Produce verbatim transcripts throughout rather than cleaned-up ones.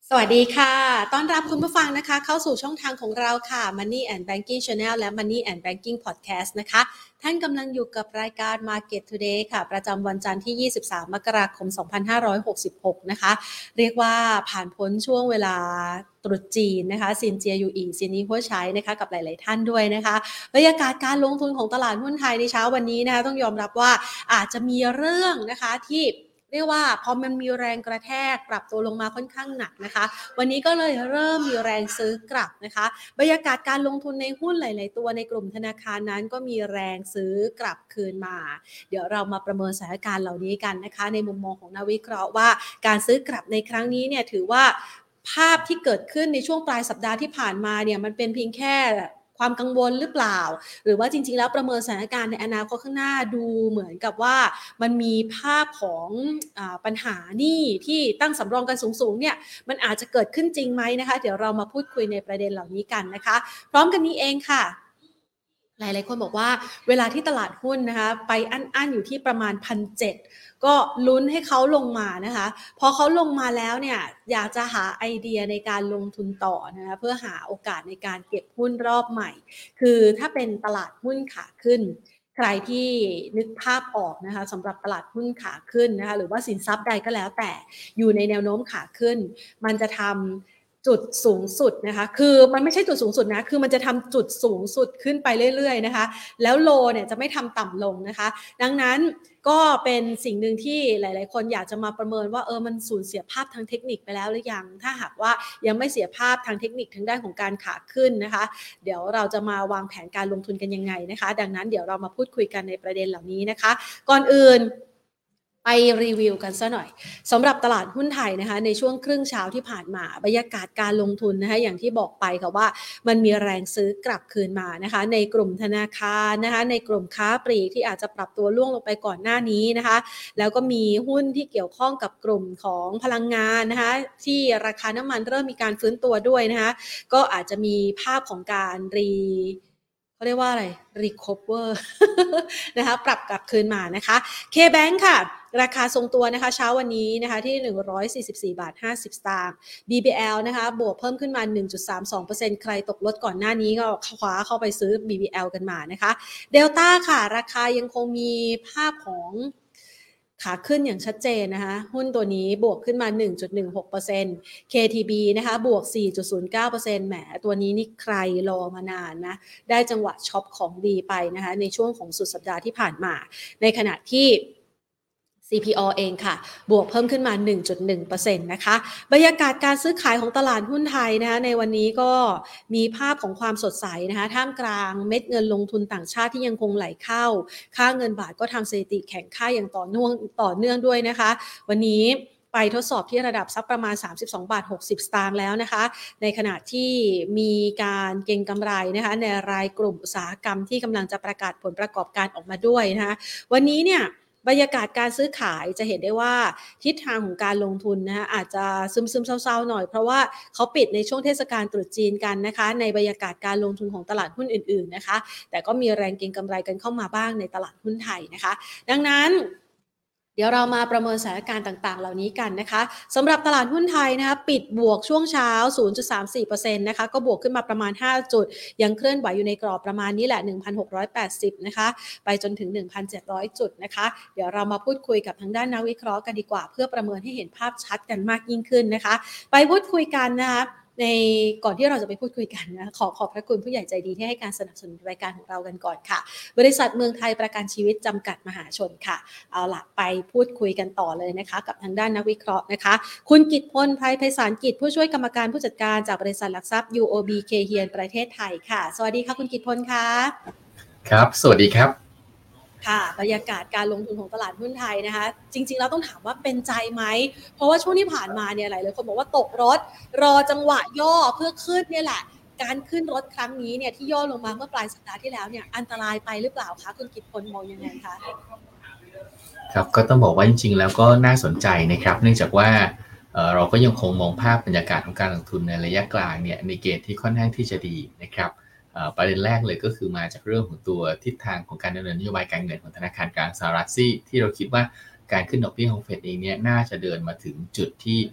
สวัสดีค่ะต้อนรับคุณผู้ฟังนะคะเข้าสู่ช่องทางของเราค่ะ Money and Banking Channel และ Money and Banking Podcast นะคะท่านกำลังอยู่กับรายการ Market Today ค่ะประจำวันจันทร์ที่ยี่สิบสามมกราคมสองพันห้าร้อยหกสิบหกนะคะเรียกว่าผ่านพ้นช่วงเวลาตรุษจีนนะคะซินเจียยูอีซินนี้หัวใช้นะคะกับหลายๆท่านด้วยนะคะบรรยากาศการลงทุนของตลาดหุ้นไทยในเช้าวันนี้นะคะต้องยอมรับว่าอาจจะมีเรื่องนะคะที่เรียกว่าพอมันมีแรงกระแทกปรับตัวลงมาค่อนข้างหนักนะคะวันนี้ก็เลยเริ่มมีแรงซื้อกลับนะคะบรรยากาศการลงทุนในหุ้นหลายๆตัวในกลุ่มธนาคารนั้นก็มีแรงซื้อกลับคืนมาเดี๋ยวเรามาประเมินสถานการณ์เหล่านี้กันนะคะในมุมมองของนักวิเคราะห์ว่าการซื้อกลับในครั้งนี้เนี่ยถือว่าภาพที่เกิดขึ้นในช่วงปลายสัปดาห์ที่ผ่านมาเนี่ยมันเป็นเพียงแค่ความกังวลหรือเปล่าหรือว่าจริงๆแล้วประเมินสถานการณ์ในอนาคตข้างหน้าดูเหมือนกับว่ามันมีภาพของอ่าปัญหาหนี้ที่ตั้งสำรองกันสูงๆเนี่ยมันอาจจะเกิดขึ้นจริงไหมนะคะเดี๋ยวเรามาพูดคุยในประเด็นเหล่านี้กันนะคะพร้อมกันนี้เองค่ะหลายๆคนบอกว่าเวลาที่ตลาดหุ้นนะคะไปอั้นๆอยู่ที่ประมาณ หนึ่งพันเจ็ดร้อย ก็ลุ้นให้เขาลงมานะคะพอเขาลงมาแล้วเนี่ยอยากจะหาไอเดียในการลงทุนต่อนะคะเพื่อหาโอกาสในการเก็บหุ้นรอบใหม่คือถ้าเป็นตลาดหุ้นขาขึ้นใครที่นึกภาพออกนะคะสำหรับตลาดหุ้นขาขึ้นนะคะหรือว่าสินทรัพย์ใดก็แล้วแต่อยู่ในแนวโน้มขาขึ้นมันจะทำจุดสูงสุดนะคะคือมันไม่ใช่จุดสูงสุดนะคือมันจะทำจุดสูงสุดขึ้นไปเรื่อยๆนะคะแล้วโลเนี่ยจะไม่ทำต่ำลงนะคะดังนั้นก็เป็นสิ่งหนึ่งที่หลายๆคนอยากจะมาประเมินว่าเออมันสูญเสียภาพทางเทคนิคไปแล้วหรือยังถ้าหากว่ายังไม่เสียภาพทางเทคนิคทางด้านของการขาขึ้นนะคะเดี๋ยวเราจะมาวางแผนการลงทุนกันยังไงนะคะดังนั้นเดี๋ยวเรามาพูดคุยกันในประเด็นเหล่านี้นะคะก่อนอื่นไปรีวิวกันซะหน่อยสำหรับตลาดหุ้นไทยนะคะในช่วงครึ่งเช้าที่ผ่านมาบรรยากาศการลงทุนนะคะอย่างที่บอกไปค่ะว่ามันมีแรงซื้อกลับคืนมานะคะในกลุ่มธนาคารนะคะในกลุ่มค้าปลีกที่อาจจะปรับตัวร่วงลงไปก่อนหน้านี้นะคะแล้วก็มีหุ้นที่เกี่ยวข้องกับกลุ่มของพลังงานนะคะที่ราคาน้ำมันเริ่มมีการฟื้นตัวด้วยนะคะก็อาจจะมีภาพของการรีเขาเรียกว่าอะไร recover นะคะปรับกลับคืนมานะคะ K-Bank ค่ะราคาทรงตัวนะคะเช้าวันนี้นะคะที่หนึ่งร้อยสี่สิบสี่บาทห้าสิบสตางค์ บี บี แอล นะคะบวกเพิ่มขึ้นมา หนึ่งจุดสามสองเปอร์เซ็นต์ ใครตกรถก่อนหน้านี้ก็คว้าเข้าไปซื้อ บี บี แอล กันมานะคะ Delta ค่ะราคายังคงมีภาพของขาขึ้นอย่างชัดเจนนะคะหุ้นตัวนี้บวกขึ้นมา หนึ่งจุดหนึ่งหกเปอร์เซ็นต์ เค ที บี นะคะบวก สี่จุดศูนย์เก้าเปอร์เซ็นต์ แหมตัวนี้นี่ใครรอมานานนะได้จังหวะช็อปของดีไปนะคะในช่วงของสุดสัปดาห์ที่ผ่านมาในขณะที่ ซี พี โอ เองค่ะบวกเพิ่มขึ้นมา หนึ่งจุดหนึ่งเปอร์เซ็นต์ นะคะบรรยากาศการซื้อขายของตลาดหุ้นไทยนะคะในวันนี้ก็มีภาพของความสดใสนะคะท่ามกลางเม็ดเงินลงทุนต่างชาติที่ยังคงไหลเข้าค่าเงินบาทก็ทำสถิติแข็งค่าอย่างต่อเนื่องต่อเนื่องด้วยนะคะวันนี้ไปทดสอบที่ระดับสักประมาณสามสิบสองบาทหกสิบสตางค์แล้วนะคะในขณะที่มีการเก็งกำไรนะคะในรายกลุ่มอุตสาหกรรมที่กำลังจะประกาศผลประกอบการออกมาด้วยนะคะวันนี้เนี่ยบรรยากาศการซื้อขายจะเห็นได้ว่าทิศทางของการลงทุนนะคะอาจจะซึมๆเศร้าๆหน่อยเพราะว่าเขาปิดในช่วงเทศกาลตรุษจีนกันนะคะในบรรยากาศการลงทุนของตลาดหุ้นอื่นๆนะคะแต่ก็มีแรงเก็งกำไรกันเข้ามาบ้างในตลาดหุ้นไทยนะคะดังนั้นเดี๋ยวเรามาประเมินสถานการณ์ต่างๆเหล่านี้กันนะคะสำหรับตลาดหุ้นไทยนะคะปิดบวกช่วงเช้า ศูนย์จุดสามสี่เปอร์เซ็นต์ นะคะก็บวกขึ้นมาประมาณห้าจุดยังเคลื่อนไหวอยู่ในกรอบประมาณนี้แหละ หนึ่งพันหกร้อยแปดสิบ นะคะไปจนถึง หนึ่งพันเจ็ดร้อย จุดนะคะเดี๋ยวเรามาพูดคุยกับทางด้านนักวิเคราะห์กันดีกว่าเพื่อประเมินให้เห็นภาพชัดกันมากยิ่งขึ้นนะคะไปพูดคุยกันนะคะในก่อนที่เราจะไปพูดคุยกันนะขอขอบพระคุณผู้ใหญ่ใจดีที่ให้การสนับสนุนรายการของเรากันก่อนค่ะบริษัทเมืองไทยประกันชีวิตจำกัดมหาชนค่ะเอาล่ะไปพูดคุยกันต่อเลยนะคะกับทางด้านนักวิเคราะห์นะคะคุณกิตพลไพไพศาลกิจผู้ช่วยกรรมการผู้จัดการจากบริษัทหลักทรัพย์ ยู โอ บี เค เฮียนประเทศไทยค่ะสวัสดีค่ะคุณกิตพลค่ะครับสวัสดีครับค่ะบรรยากาศการลงทุนของตลาดหุ้นไทยนะคะจริงๆแล้วต้องถามว่าเป็นใจไหมเพราะว่าช่วงที่ผ่านมาเนี่ยหลายๆคนบอกว่าตกรถรอจังหวะย่อเพื่อขึ้นเนี่ยแหละการขึ้นรถครั้งนี้เนี่ยที่ย่อลงมาเมื่อปลายสัปดาห์ที่แล้วเนี่ยอันตรายไปหรือเปล่าคะคุณกิตพลมองยังไงคะครับก็ต้องบอกว่าจริงๆแล้วก็น่าสนใจนะครับเนื่องจากว่าเอ่อเราก็ยังคงมองภาพบรรยากาศของการลงทุนในระยะกลางเนี่ยในเกณฑ์ที่ค่อนข้างที่จะดีนะครับประเด็นแรกเลยก็คือมาจากเรื่องของตัวทิศทางของการดำเนินนโยบายการเงินของธนาคารกลางสหรัฐที่ที่เราคิดว่าการขึ้นดอกเบี้ยของเฟดเองเนี่ยน่าจะเดินมาถึงจุดที่ป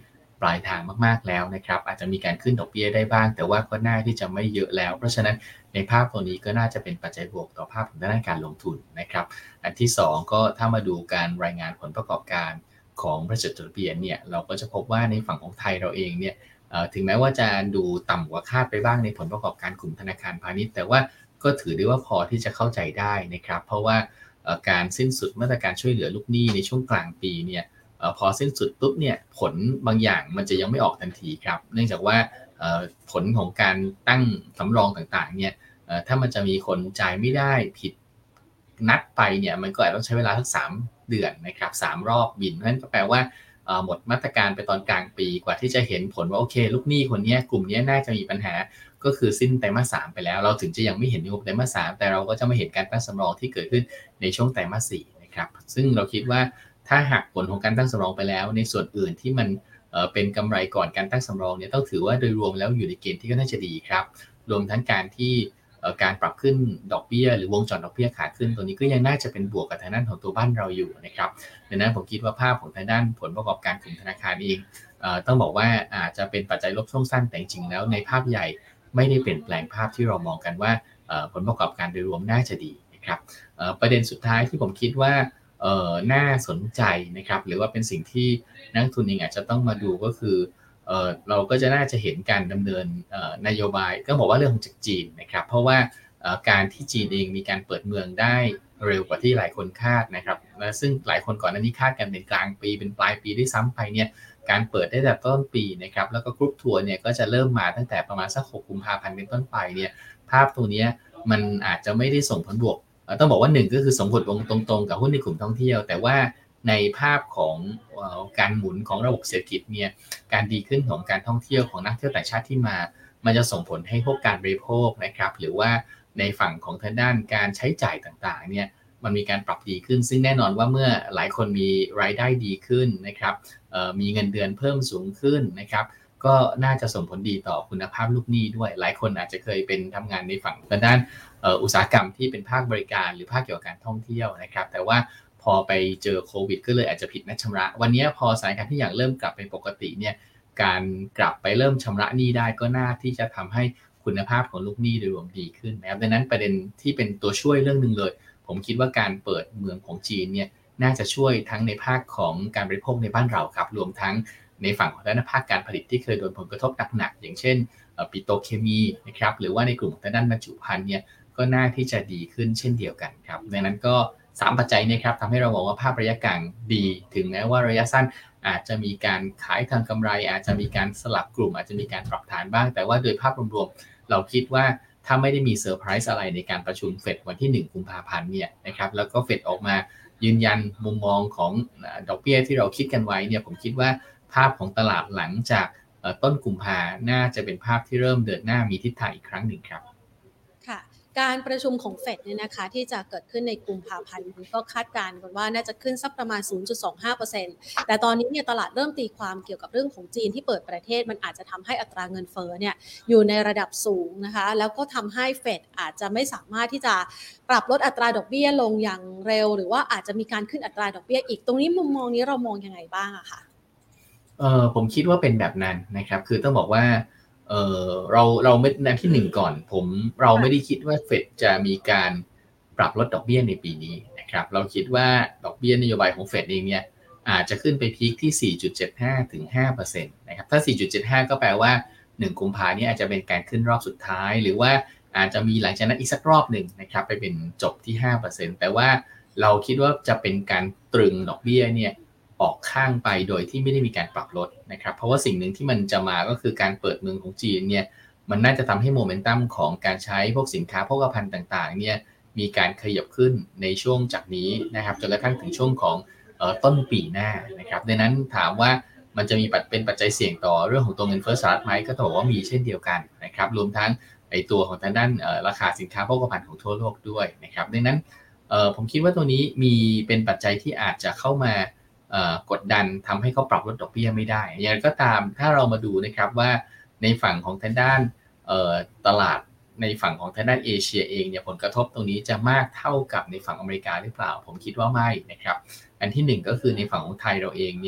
ปลายทางมากๆแล้วนะครับอาจจะมีการขึ้นดอกเบี้ยได้บ้างแต่ว่าก็น่าที่จะไม่เยอะแล้วเพราะฉะนั้นในภาพตัวนี้ก็น่าจะเป็นปัจจัยบวกต่อภาพของด้านการลงทุนนะครับอันที่สองก็ถ้ามาดูการรายงานผลประกอบการของบริษัทจดทะเบียนเนี่ยเราก็จะพบว่าในฝั่งของไทยเราเองเนี่ยถึงแม้ว่าจะดูต่ำกว่าคาดไปบ้างในผลประกอบการกลุ่มธนาคารพาณิชย์แต่ว่าก็ถือได้ว่าพอที่จะเข้าใจได้นะครับเพราะว่าการสิ้นสุดมาตรการช่วยเหลือลูกหนี้ในช่วงกลางปีเนี่ยพอสิ้นสุดปุ๊บเนี่ยผลบางอย่างมันจะยังไม่ออกทันทีครับเนื่องจากว่าผลของการตั้งสำรองต่างๆเนี่ยถ้ามันจะมีคนจ่ายไม่ได้ผิดนัดไปเนี่ยมันก็อาจต้องใช้เวลาสักสามเดือนนะครับสามรอบบินนั่นก็แปลว่าหมดมาตรการไปตอนกลางปีกว่าที่จะเห็นผลว่าโอเคลูกหนี้คนนี้กลุ่มนี้น่าจะมีปัญหาก็คือสิ้นไตรมาสสามไปแล้วเราถึงจะยังไม่เห็นในงบไตรมาสสามแต่เราก็จะไม่เห็นการตั้งสำรองที่เกิดขึ้นในช่วงไตรมาสสี่นะครับซึ่งเราคิดว่าถ้าหักผลของการตั้งสำรองไปแล้วในส่วนอื่นที่มันเป็นกำไรก่อนการตั้งสำรองเนี่ยต้องถือว่าโดยรวมแล้วอยู่ในเกณฑ์ที่ก็น่าจะดีครับรวมทั้งการที่การปรับขึ้นดอกเบี้ยหรือวงจรดอกเบี้ยขาขึ้นตัวนี้ก็ยังน่าจะเป็นบวกกับทางด้านของตัวบ้านเราอยู่นะครับดังนั้นผมคิดว่าภาพของทางด้านผลประกอบการกลุ่มธนาคารเองต้องบอกว่าอาจจะเป็นปัจจัยลบช่วงสั้นแต่จริงๆแล้วในภาพใหญ่ไม่ได้เปลี่ยนแปลงภาพที่เรามองกันว่าผลประกอบการโดยรวมน่าจะดีนะครับประเด็นสุดท้ายที่ผมคิดว่าน่าสนใจนะครับหรือว่าเป็นสิ่งที่นักทุนเองอาจจะต้องมาดูก็คือเอ่อเราก็จะน่าจะเห็นการดำเนินนโยบายก็บอกว่าเรื่องของจากจีนนะครับเพราะว่าการที่จีนเองมีการเปิดเมืองได้เร็วกว่าที่หลายคนคาดนะครับซึ่งหลายคนก่อนหน้านี้คาดกันเป็นกลางปีเป็นปลายปีด้วยซ้ำไปเนี่ยการเปิดได้แต่ต้นปีนะครับแล้วก็กรุ๊ปทัวร์เนี่ยก็จะเริ่มมาตั้งแต่ประมาณสักหกกุมภาพันธ์เป็นต้นไปเนี่ยภาพตัวนี้มันอาจจะไม่ได้ส่งผลบวกต้องบอกว่าหนึ่งก็คือส่งผลตรงๆกับหุ้นในกลุ่มท่องเที่ยวแต่ว่าในภาพของการหมุนของระบบเศรษฐกิจเนี่ยการดีขึ้นของการท่องเที่ยวของนักเที่ยวต่างชาติที่มามันจะส่งผลให้พวกการบริโภคนะครับหรือว่าในฝั่งของทางด้านการใช้จ่ายต่างๆเนี่ยมันมีการปรับดีขึ้นซึ่งแน่นอนว่าเมื่อหลายคนมีรายได้ดีขึ้นนะครับมีเงินเดือนเพิ่มสูงขึ้นนะครับก็น่าจะส่งผลดีต่อคุณภาพลูกหนี้ด้วยหลายคนอาจจะเคยเป็นทำงานในฝั่งทางด้านอุตสาหกรรมที่เป็นภาคบริการหรือภาคเกี่ยวกับการท่องเที่ยวนะครับแต่ว่าพอไปเจอโควิดก็เลยอาจจะผิดนัดชำระวันนี้พอสถานการณ์ที่อย่างเริ่มกลับเป็นปกติเนี่ยการกลับไปเริ่มชำระหนี้ได้ก็น่าที่จะทำให้คุณภาพของลูกหนี้โดยรวมดีขึ้นนะครับดังนั้นประเด็นที่เป็นตัวช่วยเรื่องนึงเลยผมคิดว่าการเปิดเมืองของจีนเนี่ยน่าจะช่วยทั้งในภาคของการบริโภคในบ้านเราครับรวมทั้งในฝั่งของด้านภาคการผลิตที่เคยโดนผลกระทบหนักๆอย่างเช่นปิโตรเคมีนะครับหรือว่าในกลุ่มด้านบรรจุภัณฑ์เนี่ยก็น่าที่จะดีขึ้นเช่นเดียวกันครับดังนั้นก็สามปัจจัยนี้ครับทำให้เราบอกว่าภาพระยะกลางดีถึงแม้ว่าระยะสั้นอาจจะมีการขายทางกำไรอาจจะมีการสลับกลุ่มอาจจะมีการปรับฐานบ้างแต่ว่าโดยภาพรวมๆเราคิดว่าถ้าไม่ได้มีเซอร์ไพรส์อะไรในการประชุมเฟดวันที่หนึ่งกุมภาพันธ์เนี่ยนะครับแล้วก็เฟดออกมายืนยันมุมมองของดอกเบี้ยที่เราคิดกันไว้เนี่ยผมคิดว่าภาพของตลาดหลังจากต้นกุมภาน่าจะเป็นภาพที่เริ่มเดินหน้ามีทิศทางอีกครั้งหนึ่งครับค่ะการประชุมของเฟดเนี่ยนะคะที่จะเกิดขึ้นในกุมภาพันธ์ก็คาดการณ์กันว่าน่าจะขึ้นสักประมาณ ศูนย์จุดสองห้าเปอร์เซ็นต์ แต่ตอนนี้เนี่ยตลาดเริ่มตีความเกี่ยวกับเรื่องของจีนที่เปิดประเทศมันอาจจะทำให้อัตราเงินเฟ้อเนี่ยอยู่ในระดับสูงนะคะแล้วก็ทำให้เฟดอาจจะไม่สามารถที่จะปรับลดอัตราดอกเบี้ยลงอย่างเร็วหรือว่าอาจจะมีการขึ้นอัตราดอกเบี้ยอีกตรงนี้มุมมองนี้เรามองยังไงบ้างอะคะเออผมคิดว่าเป็นแบบนั้นนะครับคือต้องบอกว่าเออเราเราไม่ในที่หนึ่งก่อนผมเราไม่ได้คิดว่าเฟดจะมีการปรับลดดอกเบี้ยในปีนี้นะครับเราคิดว่าดอกเบี้ยนโยบายของเฟดเองเนี่ยอาจจะขึ้นไปพีคที่ สี่จุดเจ็ดห้า ถึง ห้าเปอร์เซ็นต์ นะครับถ้า สี่จุดเจ็ดห้า ก็แปลว่าหนึ่งกุมภาพันธ์นี้อาจจะเป็นการขึ้นรอบสุดท้ายหรือว่าอาจจะมีหลังจากนั้นอีกสักรอบหนึ่งนะครับไปเป็นจบที่ ห้าเปอร์เซ็นต์ แต่ว่าเราคิดว่าจะเป็นการตรึงดอกเบี้ยเนี่ยออกข้างไปโดยที่ไม่ได้มีการปรับลดนะครับเพราะว่าสิ่งหนึ่งที่มันจะมาก็คือการเปิดเมืองของจีนเนี่ยมันน่าจะทำให้โมเมนตัมของการใช้พวกสินค้าโภคภัณฑ์ต่างๆเนี่ยมีการขยับขึ้นในช่วงจากนี้นะครับจนกระทั่งถึงช่วงของเอ่อต้นปีหน้านะครับดังนั้นถามว่ามันจะมีเป็นปัจจัยเสี่ยงต่อเรื่องของตัวเงินเฟ้อสหรัฐไหมก็ต้องบอกว่ามีเช่นเดียวกันนะครับรวมทั้งไอ้ตัวของทางด้านราคาสินค้าโภคภัณฑ์ของทั่วโลกด้วยนะครับดังนั้นผมคิดว่าตัวนี้มีเป็นปัจจัยที่อาจจะเข้ามากดดันทำให้เขาปรับลดดอกเบี้ยไม่ได้อย่างไรก็ตามถ้าเรามาดูนะครับว่าในฝั่งของทางด้านตลาดในฝั่งของทางด้านเอเชียเองเนี่ยผลกระทบตรงนี้จะมากเท่ากับในฝั่งอเมริกาหรือเปล่าผมคิดว่าไม่นะครับอันที่หนึ่งก็คือในฝั่งของไทยเราเองเนี่ย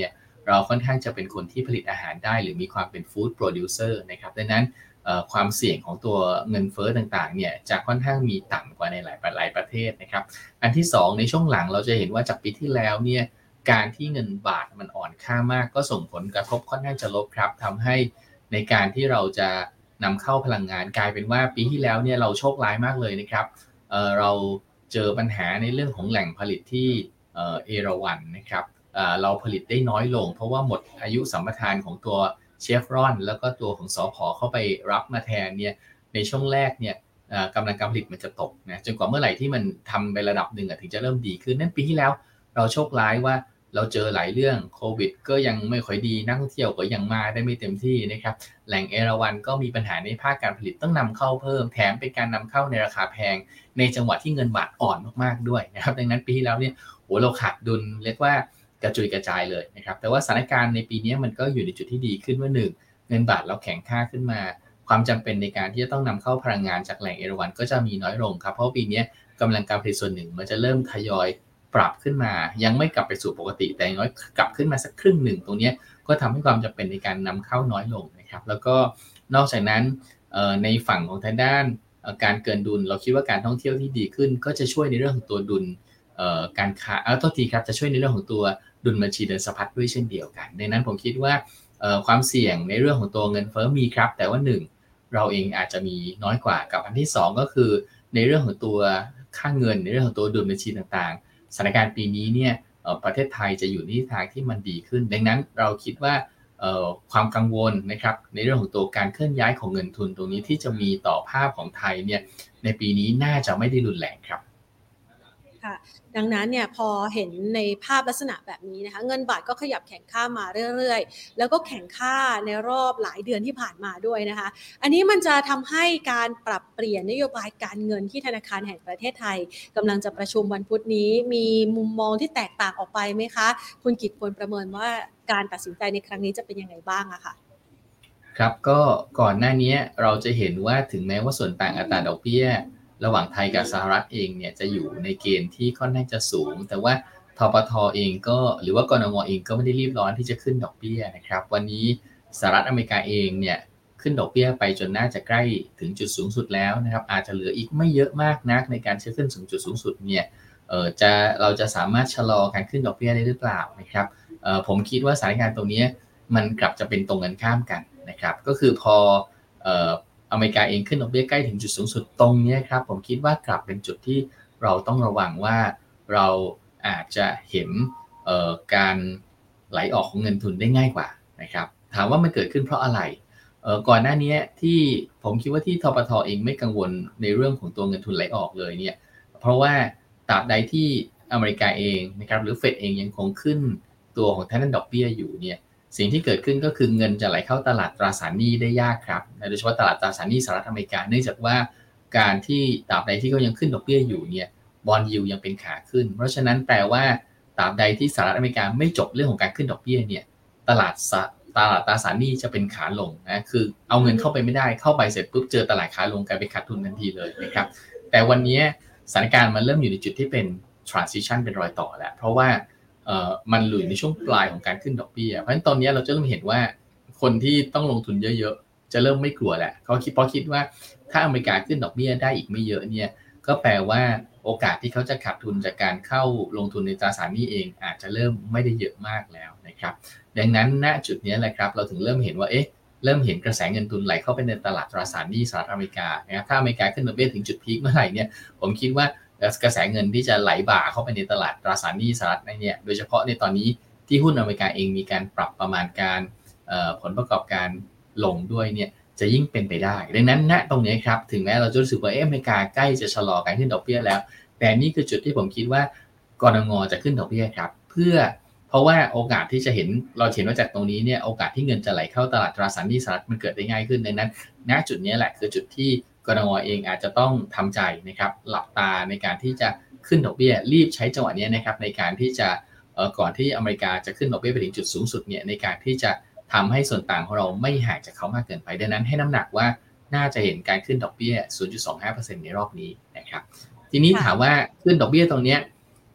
เราค่อนข้างจะเป็นคนที่ผลิตอาหารได้หรือมีความเป็นฟู้ดโปรดิวเซอร์นะครับดังนั้นความเสี่ยงของตัวเงินเฟ้อต่างๆเนี่ยจะค่อนข้างมีต่ำกว่าในหลายหลายประเทศนะครับอันที่สองในช่วงหลังเราจะเห็นว่าจากปีที่แล้วเนี่ยการที่เงินบาทมันอ่อนค่ามากก็ส่งผลกระทบค่อนข้างจะลบครับทำให้ในการที่เราจะนำเข้าพลังงานกลายเป็นว่าปีที่แล้วเนี่ยเราโชคร้ายมากเลยนะครับ เอ่อเราเจอปัญหาในเรื่องของแหล่งผลิตที่เอ่อเอราวัณนะครับเอ่อเราผลิตได้น้อยลงเพราะว่าหมดอายุสัมปทานของตัวเชฟรอนแล้วก็ตัวของสผ.เข้าไปรับมาแทนเนี่ยในช่วงแรกเนี่ยกำลังการผลิตมันจะตกนะจนกว่าเมื่อไหร่ที่มันทำไประดับหนึ่งถึงจะเริ่มดีขึ้นนั่นปีที่แล้วเราโชคร้ายว่าเราเจอหลายเรื่องโควิดก็ยังไม่ค่อยดีนักท่องเที่ยวก็ยังมาได้ไม่เต็มที่นะครับแหล่งเอราวัณก็มีปัญหาในภาคการผลิตต้องนำเข้าเพิ่มแถมเป็นการนำเข้าในราคาแพงในจังหวะที่เงินบาทอ่อนมากๆด้วยนะครับดังนั้นปีที่แล้วเนี่ยโหเราขาดดุลเรียกว่ากระจุยกระจายเลยนะครับแต่ว่าสถานการณ์ในปีนี้มันก็อยู่ในจุดที่ดีขึ้นว่าหนึ่งเงินบาทเราแข็งค่าขึ้นมาความจำเป็นในการที่จะต้องนำเข้าพลังงานจากแหล่งเอราวัณก็จะมีน้อยลงครับเพราะปีนี้กำลังการผลิตส่วนหนึ่งมันจะเริ่มทยอยปรับขึ้นมายังไม่กลับไปสู่ปกติแต่น้อยกลับขึ้นมาสักครึ่งหนึ่งตรงนี้ก็ทำให้ความจำเป็นในการนำเข้าน้อยลงนะครับแล้วก็นอกจากนั้นในฝั่งของทางด้านการเกินดุลเราคิดว่าการท่องเที่ยวที่ดีขึ้นก็จะช่วยในเรื่องของตัวดุลการค้าเอาโทษทีครับจะช่วยในเรื่องของตัวดุลบัญชีเดินสะพัดด้วยเช่นเดียวกันดังนั้นผมคิดว่าความเสี่ยงในเรื่องของตัวเงินเฟ้อมีครับแต่ว่าหนึ่งเราเองอาจจะมีน้อยกว่ากับอันที่สองก็คือในเรื่องของตัวค่าเงินในเรื่องของตัวดุลบัญชีต่างๆสถานการณ์ปีนี้เนี่ยประเทศไทยจะอยู่ในทิศทางที่มันดีขึ้นดังนั้นเราคิดว่าความกังวลนะครับในเรื่องของตัวการเคลื่อนย้ายของเงินทุนตรงนี้ที่จะมีต่อภาพของไทยเนี่ยในปีนี้น่าจะไม่ได้รุนแรงครับค่ะดังนั้นเนี่ยพอเห็นในภาพลักษณะแบบนี้นะคะเงินบาทก็ขยับแข็งค่ามาเรื่อยๆแล้วก็แข็งค่าในรอบหลายเดือนที่ผ่านมาด้วยนะคะอันนี้มันจะทำให้การปรับเปลี่ยนนโยบายการเงินที่ธนาคารแห่งประเทศไทยกำลังจะประชุมวันพุธนี้มีมุมมองที่แตกต่างออกไปไหมคะคุณกิตควรประเมินว่าการตัดสินใจในครั้งนี้จะเป็นยังไงบ้างอะค่ะครับก็ก่อนหน้านี้เราจะเห็นว่าถึงแม้ว่าส่วนต่างอัตราดอกเบี้ยระหว่างไทยกับสหรัฐเองเนี่ยจะอยู่ในเกณฑ์ที่ค่อนข้างจะสูงแต่ว่าธปท.เองก็หรือว่ากนง.เองก็ไม่ได้รีบร้อนที่จะขึ้นดอกเบี้ยนะครับวันนี้สหรัฐอเมริกาเองเนี่ยขึ้นดอกเบี้ยไปจนน่าจะใกล้ถึงจุดสูงสุดแล้วนะครับอาจจะเหลืออีกไม่เยอะมากนักในการจะขึ้นถึงจุดสูงสุดเนี่ยเอ่อจะเราจะสามารถชะลอการขึ้นดอกเบี้ยได้หรือเปล่านะครับเอ่อผมคิดว่าสถานการณ์ตรงนี้มันกลับจะเป็นตรงกันข้ามกันนะครับก็คือพอเอ่ออเมริกาเองขึ้นดอกเบี้ยใกล้ถึงจุดสูงสุดตรงนี้ครับผมคิดว่ากลับเป็นจุดที่เราต้องระวังว่าเราอาจจะเห็นการไหลออกของเงินทุนได้ง่ายกว่านะครับถามว่ามันเกิดขึ้นเพราะอะไรก่อนหน้านี้ที่ผมคิดว่าที่ธปท.เองไม่กังวลในเรื่องของตัวเงินทุนไหลออกเลยเนี่ยเพราะว่าตราบใดที่อเมริกาเองนะครับหรือเฟดเองยังคงขึ้นตัวของทางด้านดอกเบี้ยอยู่เนี่ยสิ่งที่เกิดขึ้นก็คือเงินจะไหลเข้าตลาดตราสารหนี้ได้ยากครับโดยเฉพาะตลาดตราสารหนี้สหรัฐอเมริกาเนื่องจากว่าการที่ตราบใดที่เขายังขึ้นดอกเบี้ยอยู่เนี่ยบอนด์ยิลด์ยังเป็นขาขึ้นเพราะฉะนั้นแปลว่าตราบใดที่สหรัฐอเมริกาไม่จบเรื่องของการขึ้นดอกเบี้ยเนี่ยตลาดตลาดตราสารหนี้จะเป็นขาลงนะคือเอาเงินเข้าไปไม่ได้เข้าไปเสร็จปุ๊บเจอตลาดขาลงกลายเป็นขาดทุนทันทีเลยนะครับแต่วันนี้สถานการณ์มันเริ่มอยู่ในจุดที่เป็น transition เป็นรอยต่อแล้วเพราะว่าเอ่อมันหลุยในช่วงปลายของการขึ้นดอกเบี้ยเพราะฉะนั้นตอนนี้เราจะเริ่มเห็นว่าคนที่ต้องลงทุนเยอะๆจะเริ่มไม่กลัวแหละเขาคิดเพราะคิดว่าถ้าอเมริกาขึ้นดอกเบี้ยได้อีกไม่เยอะเนี่ยก็แปลว่าโอกาสที่เขาจะขาดทุนจากการเข้าลงทุนในตราสารหนี้เองอาจจะเริ่มไม่ได้เยอะมากแล้วนะครับดังนั้นณจุดนี้แหละครับเราถึงเริ่มเห็นว่าเอ๊ะเริ่มเห็นกระแสเงินทุนไหลเข้าไปในตลาดตราสารหนี้สหรัฐอเมริกานะครับถ้าอเมริกาขึ้นดอกเบี้ยถึงจุดพีคเมื่อไหร่เนี่ยผมคิดว่ากระแสเงินที่จะไหลบ่าเข้าไปในตลาดตราสารหนี้สหรัฐเนี่ยโดยเฉพาะในตอนนี้ที่หุ้นอเมริกาเองมีการปรับประมาณการผลประกอบการลงด้วยเนี่ยจะยิ่งเป็นไปได้ดังนั้นณตรงนี้ครับถึงแม้เราจะรู้สึกว่าอเมริกาใกล้จะชะลอการขึ้นดอกเบี้ยแล้วแต่นี่คือจุดที่ผมคิดว่ากนง.จะขึ้นดอกเบี้ยครับเพื่อเพราะว่าโอกาสที่จะเห็นเราเห็นว่าจากตรงนี้เนี่ยโอกาสที่เงินจะไหลเข้าตลาดตราสารหนี้สหรัฐมันเกิดได้ง่ายขึ้นดังนั้นณจุดนี้แหละคือจุดที่กนง.เองอาจจะต้องทำใจนะครับหลับตาในการที่จะขึ้นดอกเบี้ยรีบใช้จังหวะนี้นะครับในการที่จะก่อนที่อเมริกาจะขึ้นดอกเบี้ยไปถึงจุดสูงสุดเนี่ยในการที่จะทำให้ส่วนต่างของเราไม่ห่างจากเขามากเกินไปดังนั้นให้น้ำหนักว่าน่าจะเห็นการขึ้นดอกเบี้ย ศูนย์จุดสองห้าเปอร์เซ็นต์ ในรอบนี้นะครับทีนี้ถามว่าขึ้นดอกเบี้ยตรงนี้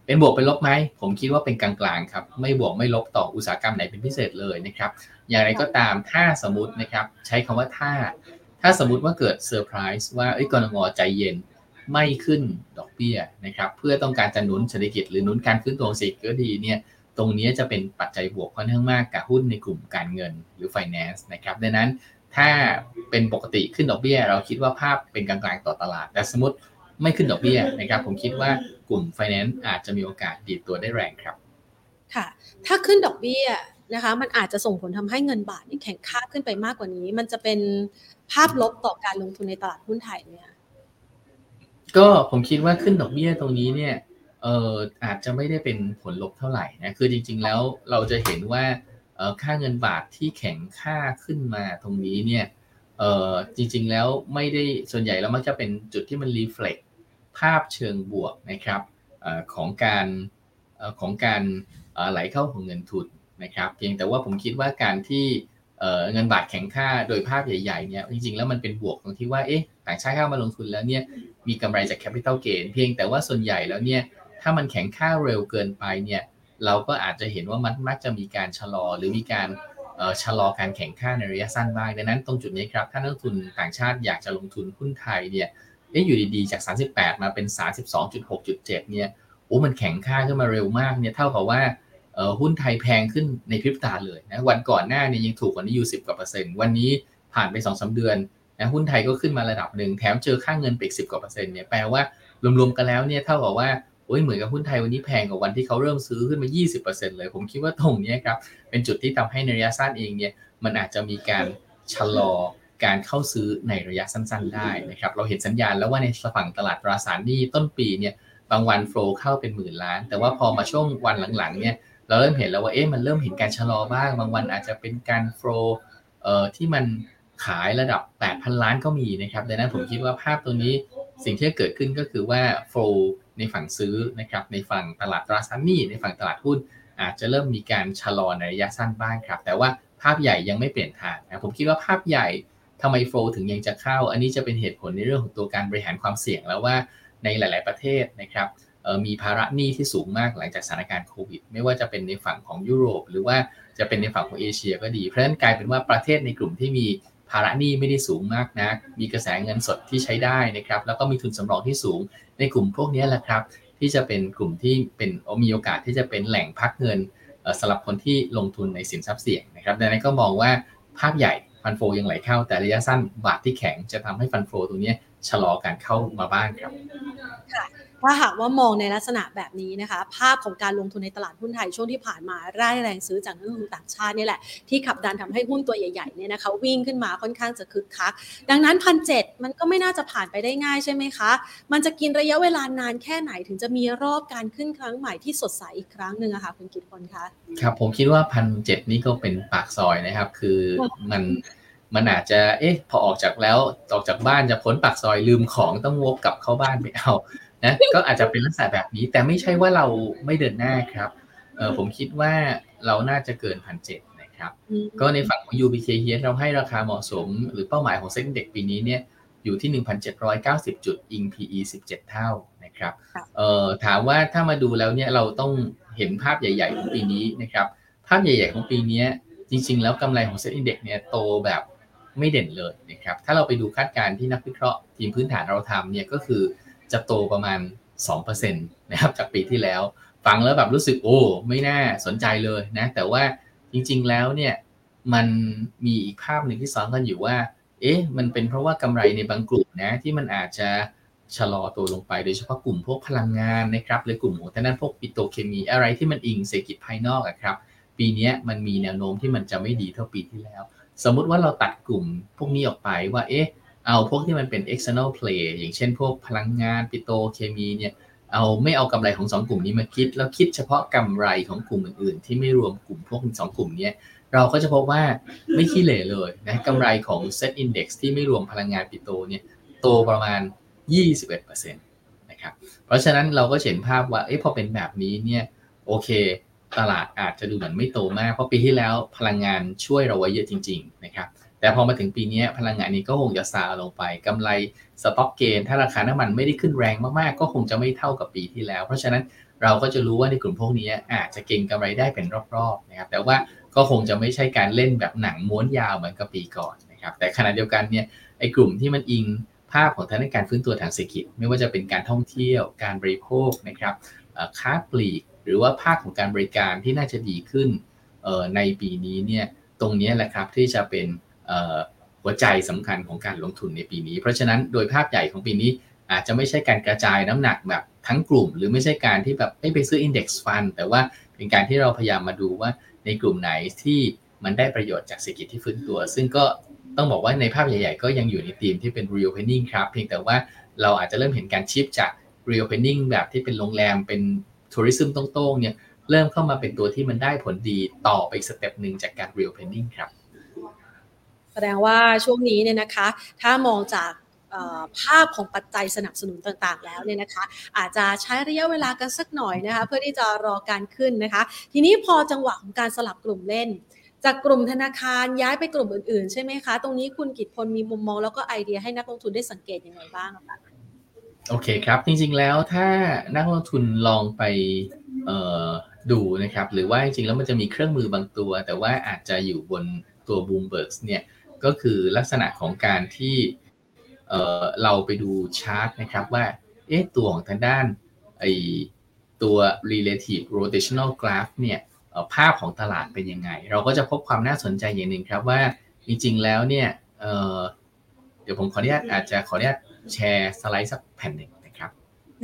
เป็นบวกเป็นลบไหมผมคิดว่าเป็นกลางๆครับไม่บวกไม่ลบต่ออุตสาหกรรมไหนเป็นพิเศษเลยนะครับอย่างไรก็ตามถ้าสมมตินะครับใช้คำว่าถ้าถ้าสมมติว่าเกิดเซอร์ไพรส์ว่าเอ้ยกนงใจเย็นไม่ขึ้นดอกเบี้ยนะครับเพื่อต้องการจะหนุนเศรษฐกิจหรือหนุนการฟื้นตัวของเศรษฐกิจก็ดีเนี่ยตรงนี้จะเป็นปัจจัยบวกค่อนข้างมากกับหุ้นในกลุ่มการเงินหรือ finance นะครับดังนั้นถ้าเป็นปกติขึ้นดอกเบี้ยเราคิดว่าภาพเป็นกลางๆต่อตลาดแต่สมมติไม่ขึ้นดอกเบี้ยนะครับผมคิดว่ากลุ่ม finance อาจจะมีโอกาสดีดตัวได้แรงครับค่ะถ้าขึ้นดอกเบี้ยนะคะมันอาจจะส่งผลทำให้เงินบาทนี่แข็งค่าขึ้นไปมากกว่านี้มันจะเป็นภาพลบต่อการลงทุนในตลาดหุ้นไทยเนี่ยก็ผมคิดว่าขึ้นดอกเบี้ยตรงนี้เนี่ยเอ่ออาจจะไม่ได้เป็นผลลบเท่าไหร่นะคือจริงๆแล้วเราจะเห็นว่าเอ่อค่าเงินบาทที่แข็งค่าขึ้นมาตรงนี้เนี่ยเอ่อจริงๆแล้วไม่ได้ส่วนใหญ่แล้วมักจะเป็นจุดที่มัน reflect ภาพเชิงบวกนะครับเอ่อของการเอ่อของการเอ่อไหลเข้าของเงินทุนนะครับเพียงแต่ว่าผมคิดว่าการที่เอ่อเงินบาทแข็งค่าโดยภาพใหญ่ๆเนี่ยจริงๆแล้วมันเป็นบวกตรงที่ว่าเอ๊ะต่างชาติเข้ามาลงทุนแล้วเนี่ยมีกำไรจาก capital gain เพียงแต่ว่าส่วนใหญ่แล้วเนี่ยถ้ามันแข็งค่าเร็วเกินไปเนี่ยเราก็อาจจะเห็นว่ามันมักจะมีการชะลอหรือมีการเอ่อชะลอการแข่งค่าในระยะสั้นบ้างดังนั้นตรงจุดนี้ครับถ้านักลงทุนต่างชาติอยากจะลงทุนหุ้นไทยเนี่ยเอ๊ะอยู่ดีๆจากสามสิบแปดมาเป็น สามสิบสองจุดหกจุดเจ็ด เนี่ยโอ้มันแข็งค่าขึ้นมาเร็วมากเนี่ยเท่ากับว่าเอ่อหุ้นไทยแพงขึ้นในพริบตาเลยนะวันก่อนหน้าเนี่ยยังถูกกว่านี้อยู่สิบกว่าเปอร์เซ็นต์วันนี้ผ่านไป สองถึงสาม เดือนนะหุ้นไทยก็ขึ้นมาระดับหนึ่งแถมเจอค่าเงินไปอีกสิบกว่าเปอร์เซ็นต์เนี่ยแปลว่ารวมๆกันแล้วเนี่ยเท่ากับว่าโอ้ยเหมือนกับหุ้นไทยวันนี้แพงกว่าวันที่เขาเริ่มซื้อขึ้นมา ยี่สิบเปอร์เซ็นต์ เลยผมคิดว่าตรงนี้ครับเป็นจุดที่ทำให้ในระยะสั้นเองเนี่ยมันอาจจะมีการชะลอการเข้าซื้อในระยะสั้นๆได้นะครับเราเห็นสัญญาณแล้วว่าในฝั่งตลาดตราสารหนี้ต้นปีเนี่ยบางวันโฟลว์เข้าเป็นหมื่นล้านแต่ว่าพอมาช่วงวันหลังๆเนี่ยเราเริ่มเห็นแล้วว่าเอ๊ะมันเริ่มเห็นการชะลอบ้างบางวันอาจจะเป็นการโฟลว์เอ่อที่มันขายระดับ แปดพัน ล้านก็มีนะครับดังนั้นผมคิดว่าภาพตัวนี้สิ่งที่เกิดขึ้นก็คือว่าโฟลว์ในฝั่งซื้อนะครับในฝั่งตลาดตราสารหนี้ในฝั่งตลาดหุ้นอาจจะเริ่มมีการชะลอในระยะสั้นบ้างครับแต่ว่าภาพใหญ่ยังไม่เปลี่ยนทางนะผมคิดว่าภาพใหญ่ทำไมโฟลว์ถึงยังจะเข้าอันนี้จะเป็นเหตุผลในเรื่องของตัวการบริหารความเสี่ยงแล้วว่าในหลายๆประเทศนะครับมีภาระหนี้ที่สูงมากหลังจากสถานการณ์โควิดไม่ว่าจะเป็นในฝั่งของยุโรปหรือว่าจะเป็นในฝั่งของเอเชียก็ดีเพราะฉะนั้นกลายเป็นว่าประเทศในกลุ่มที่มีภาระหนี้ไม่ได้สูงมากนักมีกระแสเงินสดที่ใช้ได้นะครับแล้วก็มีทุนสำรองที่สูงในกลุ่มพวกนี้แหละครับที่จะเป็นกลุ่มที่เป็นมีโอกาสที่จะเป็นแหล่งพักเงินสำหรับคนที่ลงทุนในสินทรัพย์เสี่ยงนะครับดังนั้นก็มองว่าภาพใหญ่ฟันโฟยังไหลเข้าแต่ระยะสั้นบาทที่แข็งจะทำให้ฟันโฟตรงนี้ชะลอการเข้ามาบ้างครับค่ะถ้าหากว่ามองในลักษณะแบบนี้นะคะภาพของการลงทุนในตลาดหุ้นไทยช่วงที่ผ่านมาร่ายแรงซื้อจากนักลงทุนต่างชาตินี่แหละที่ขับดันทำให้หุ้นตัวใหญ่ๆเนี่ยนะคะวิ่งขึ้นมาค่อนข้างจะคึกคักดังนั้น หนึ่งพันเจ็ดร้อย มันก็ไม่น่าจะผ่านไปได้ง่ายใช่ไหมคะมันจะกินระยะเวลานานแค่ไหนถึงจะมีรอบการขึ้นครั้งใหม่ที่สดใสอีกครั้งนึงอะค่ะคุณกิตพลคะครับผมคิดว่า หนึ่งพันเจ็ดร้อย นี่ก็เป็นปากซอยนะครับคือมันมันอาจจะเอ๊ะพอออกจากแล้วออกจากบ้านจะพ้นปากซอยลืมของต้องวกกลับเข้าบ้านไปเอานะก็อาจจะเป็นลักษณะแบบนี้แต่ไม่ใช่ว่าเราไม่เดินหน้าครับเออผมคิดว่าเราน่าจะเกิน หนึ่งพันเจ็ดร้อย นะครับก็ในฝั่งของ ยู บี เค เอช เราให้ราคาเหมาะสมหรือเป้าหมายของเซ็ตอินเด็กซ์ปีนี้เนี่ยอยู่ที่ หนึ่งพันเจ็ดร้อยเก้าสิบ จุดอิง พี อี สิบเจ็ดเท่านะครับเอ่อถามว่าถ้ามาดูแล้วเนี่ยเราต้องเห็นภาพใหญ่ๆของปีนี้นะครับภาพใหญ่ๆของปีนี้จริงๆแล้วกำไรของเซ็ตอินเด็กซ์เนี่ยโตแบบไม่เด่นเลยนะครับถ้าเราไปดูคาดการณ์ที่นักวิเคราะห์ทีมพื้นฐานเราทำเนี่ยก็คือจะโตประมาณ สองเปอร์เซ็นต์ นะครับจากปีที่แล้วฟังแล้วแบบรู้สึกโอ้ไม่น่าสนใจเลยนะแต่ว่าจริงๆแล้วเนี่ยมันมีอีกภาพหนึ่งที่ซ้อนกันอยู่ว่าเอ๊ะมันเป็นเพราะว่ากำไรในบางกลุ่มนะที่มันอาจจะชะลอตัวลงไปโดยเฉพาะกลุ่มพวกพลังงานนะครับหรือกลุ่มของทางด้านพวกปิโตรเคมีอะไรที่มันอิงเศรษฐกิจภายนอกอะครับปีนี้มันมีแนวโน้มที่มันจะไม่ดีเท่าปีที่แล้วสมมุติว่าเราตัดกลุ่มพวกนี้ออกไปว่าเอ๊ะเอาพวกที่มันเป็น external play อย่างเช่นพวกพลังงานปิโตรเคมีเนี่ยเอาไม่เอากำไรของสองกลุ่มนี้มาคิดแล้วคิดเฉพาะกำไรของกลุ่มอื่นๆที่ไม่รวมกลุ่มพวกสองกลุ่มนี้เราก็จะพบว่าไม่ขี้เหร่เลยนะกำไรของ Set Index ที่ไม่รวมพลังงานปิโตรเนี่ยโตประมาณ ยี่สิบเอ็ดเปอร์เซ็นต์ นะครับเพราะฉะนั้นเราก็เห็นภาพว่าเอ๊ะพอเป็นแบบนี้เนี่ยโอเคตลาดอาจจะดูเหมือนไม่โตมากเพราะปีที่แล้วพลังงานช่วยเราไว้เยอะจริงๆนะครับแต่พอมาถึงปีนี้พลังงานนี้ก็คงจะซาลงไปกำไรสต็อกเกนถ้าราคาน้ำมันไม่ได้ขึ้นแรงมากๆก็คงจะไม่เท่ากับปีที่แล้วเพราะฉะนั้นเราก็จะรู้ว่าในกลุ่มพวกนี้อาจจะเก็งกำไรได้เป็นรอบๆนะครับแต่ว่าก็คงจะไม่ใช่การเล่นแบบหนังม้วนยาวเหมือนกับปีก่อนนะครับแต่ขณะเดียวกันเนี่ยไอ้กลุ่มที่มันอิงภาพของทางด้านการฟื้นตัวทางเศรษฐกิจไม่ว่าจะเป็นการท่องเที่ยวการบริโภคนะครับค้าปลีกหรือว่าภาคของการบริการที่น่าจะดีขึ้นในปีนี้เนี่ยตรงนี้แหละครับที่จะเป็นหัวใจสำคัญของการลงทุนในปีนี้เพราะฉะนั้นโดยภาพใหญ่ของปีนี้อาจจะไม่ใช่การกระจายน้ำหนักแบบทั้งกลุ่มหรือไม่ใช่การที่แบบไปซื้อ Index Fund แต่ว่าเป็นการที่เราพยายามมาดูว่าในกลุ่มไหนที่มันได้ประโยชน์จากเศรษฐกิจที่ฟื้นตัวซึ่งก็ต้องบอกว่าในภาพใหญ่ๆก็ยังอยู่ในธีมที่เป็น Reopening ครับเพียงแต่ว่าเราอาจจะเริ่มเห็นการชิฟจาก Reopening แบบที่เป็นโรงแรมเป็น Tourism ตรงๆเนี่ยเริ่มเข้ามาเป็นตัวที่มันได้ผลดีต่อไปอีกสเต็ปนึงจากการ Reopening ครับแสดงว่าช่วงนี้เนี่ยนะคะถ้ามองจากภาพของปัจจัยสนับสนุนต่างๆแล้วเนี่ยนะคะอาจจะใช้ระยะเวลากันสักหน่อยนะคะเพื่อที่จะรอการขึ้นนะคะทีนี้พอจังหวะของการสลับกลุ่มเล่นจากกลุ่มธนาคารย้ายไปกลุ่มอื่นๆใช่ไหมคะตรงนี้คุณกิตพลมีมุมมองแล้วก็ไอเดียให้นักลงทุนได้สังเกตยังไงบ้างคะโอเคครับจริงๆแล้วถ้านักลงทุนลองไปเอ่อดูนะครับหรือว่าจริงๆแล้วมันจะมีเครื่องมือบางตัวแต่ว่าอาจจะอยู่บนตัว Bloomberg เนี่ยก็คือลักษณะของการที่เอ่อเราไปดูชาร์ตนะครับว่าเอ๊ะตัวของทางด้านไอ้ตัว relative rotational graph เนี่ยภาพของตลาดเป็นยังไงเราก็จะพบความน่าสนใจอย่างหนึ่งครับว่าจริงๆแล้วเนี่ยเอ่อเดี๋ยวผมขออนุญาตอาจจะขออนุญาตแชร์สไลด์สักแผ่นหนึ่งนะครับ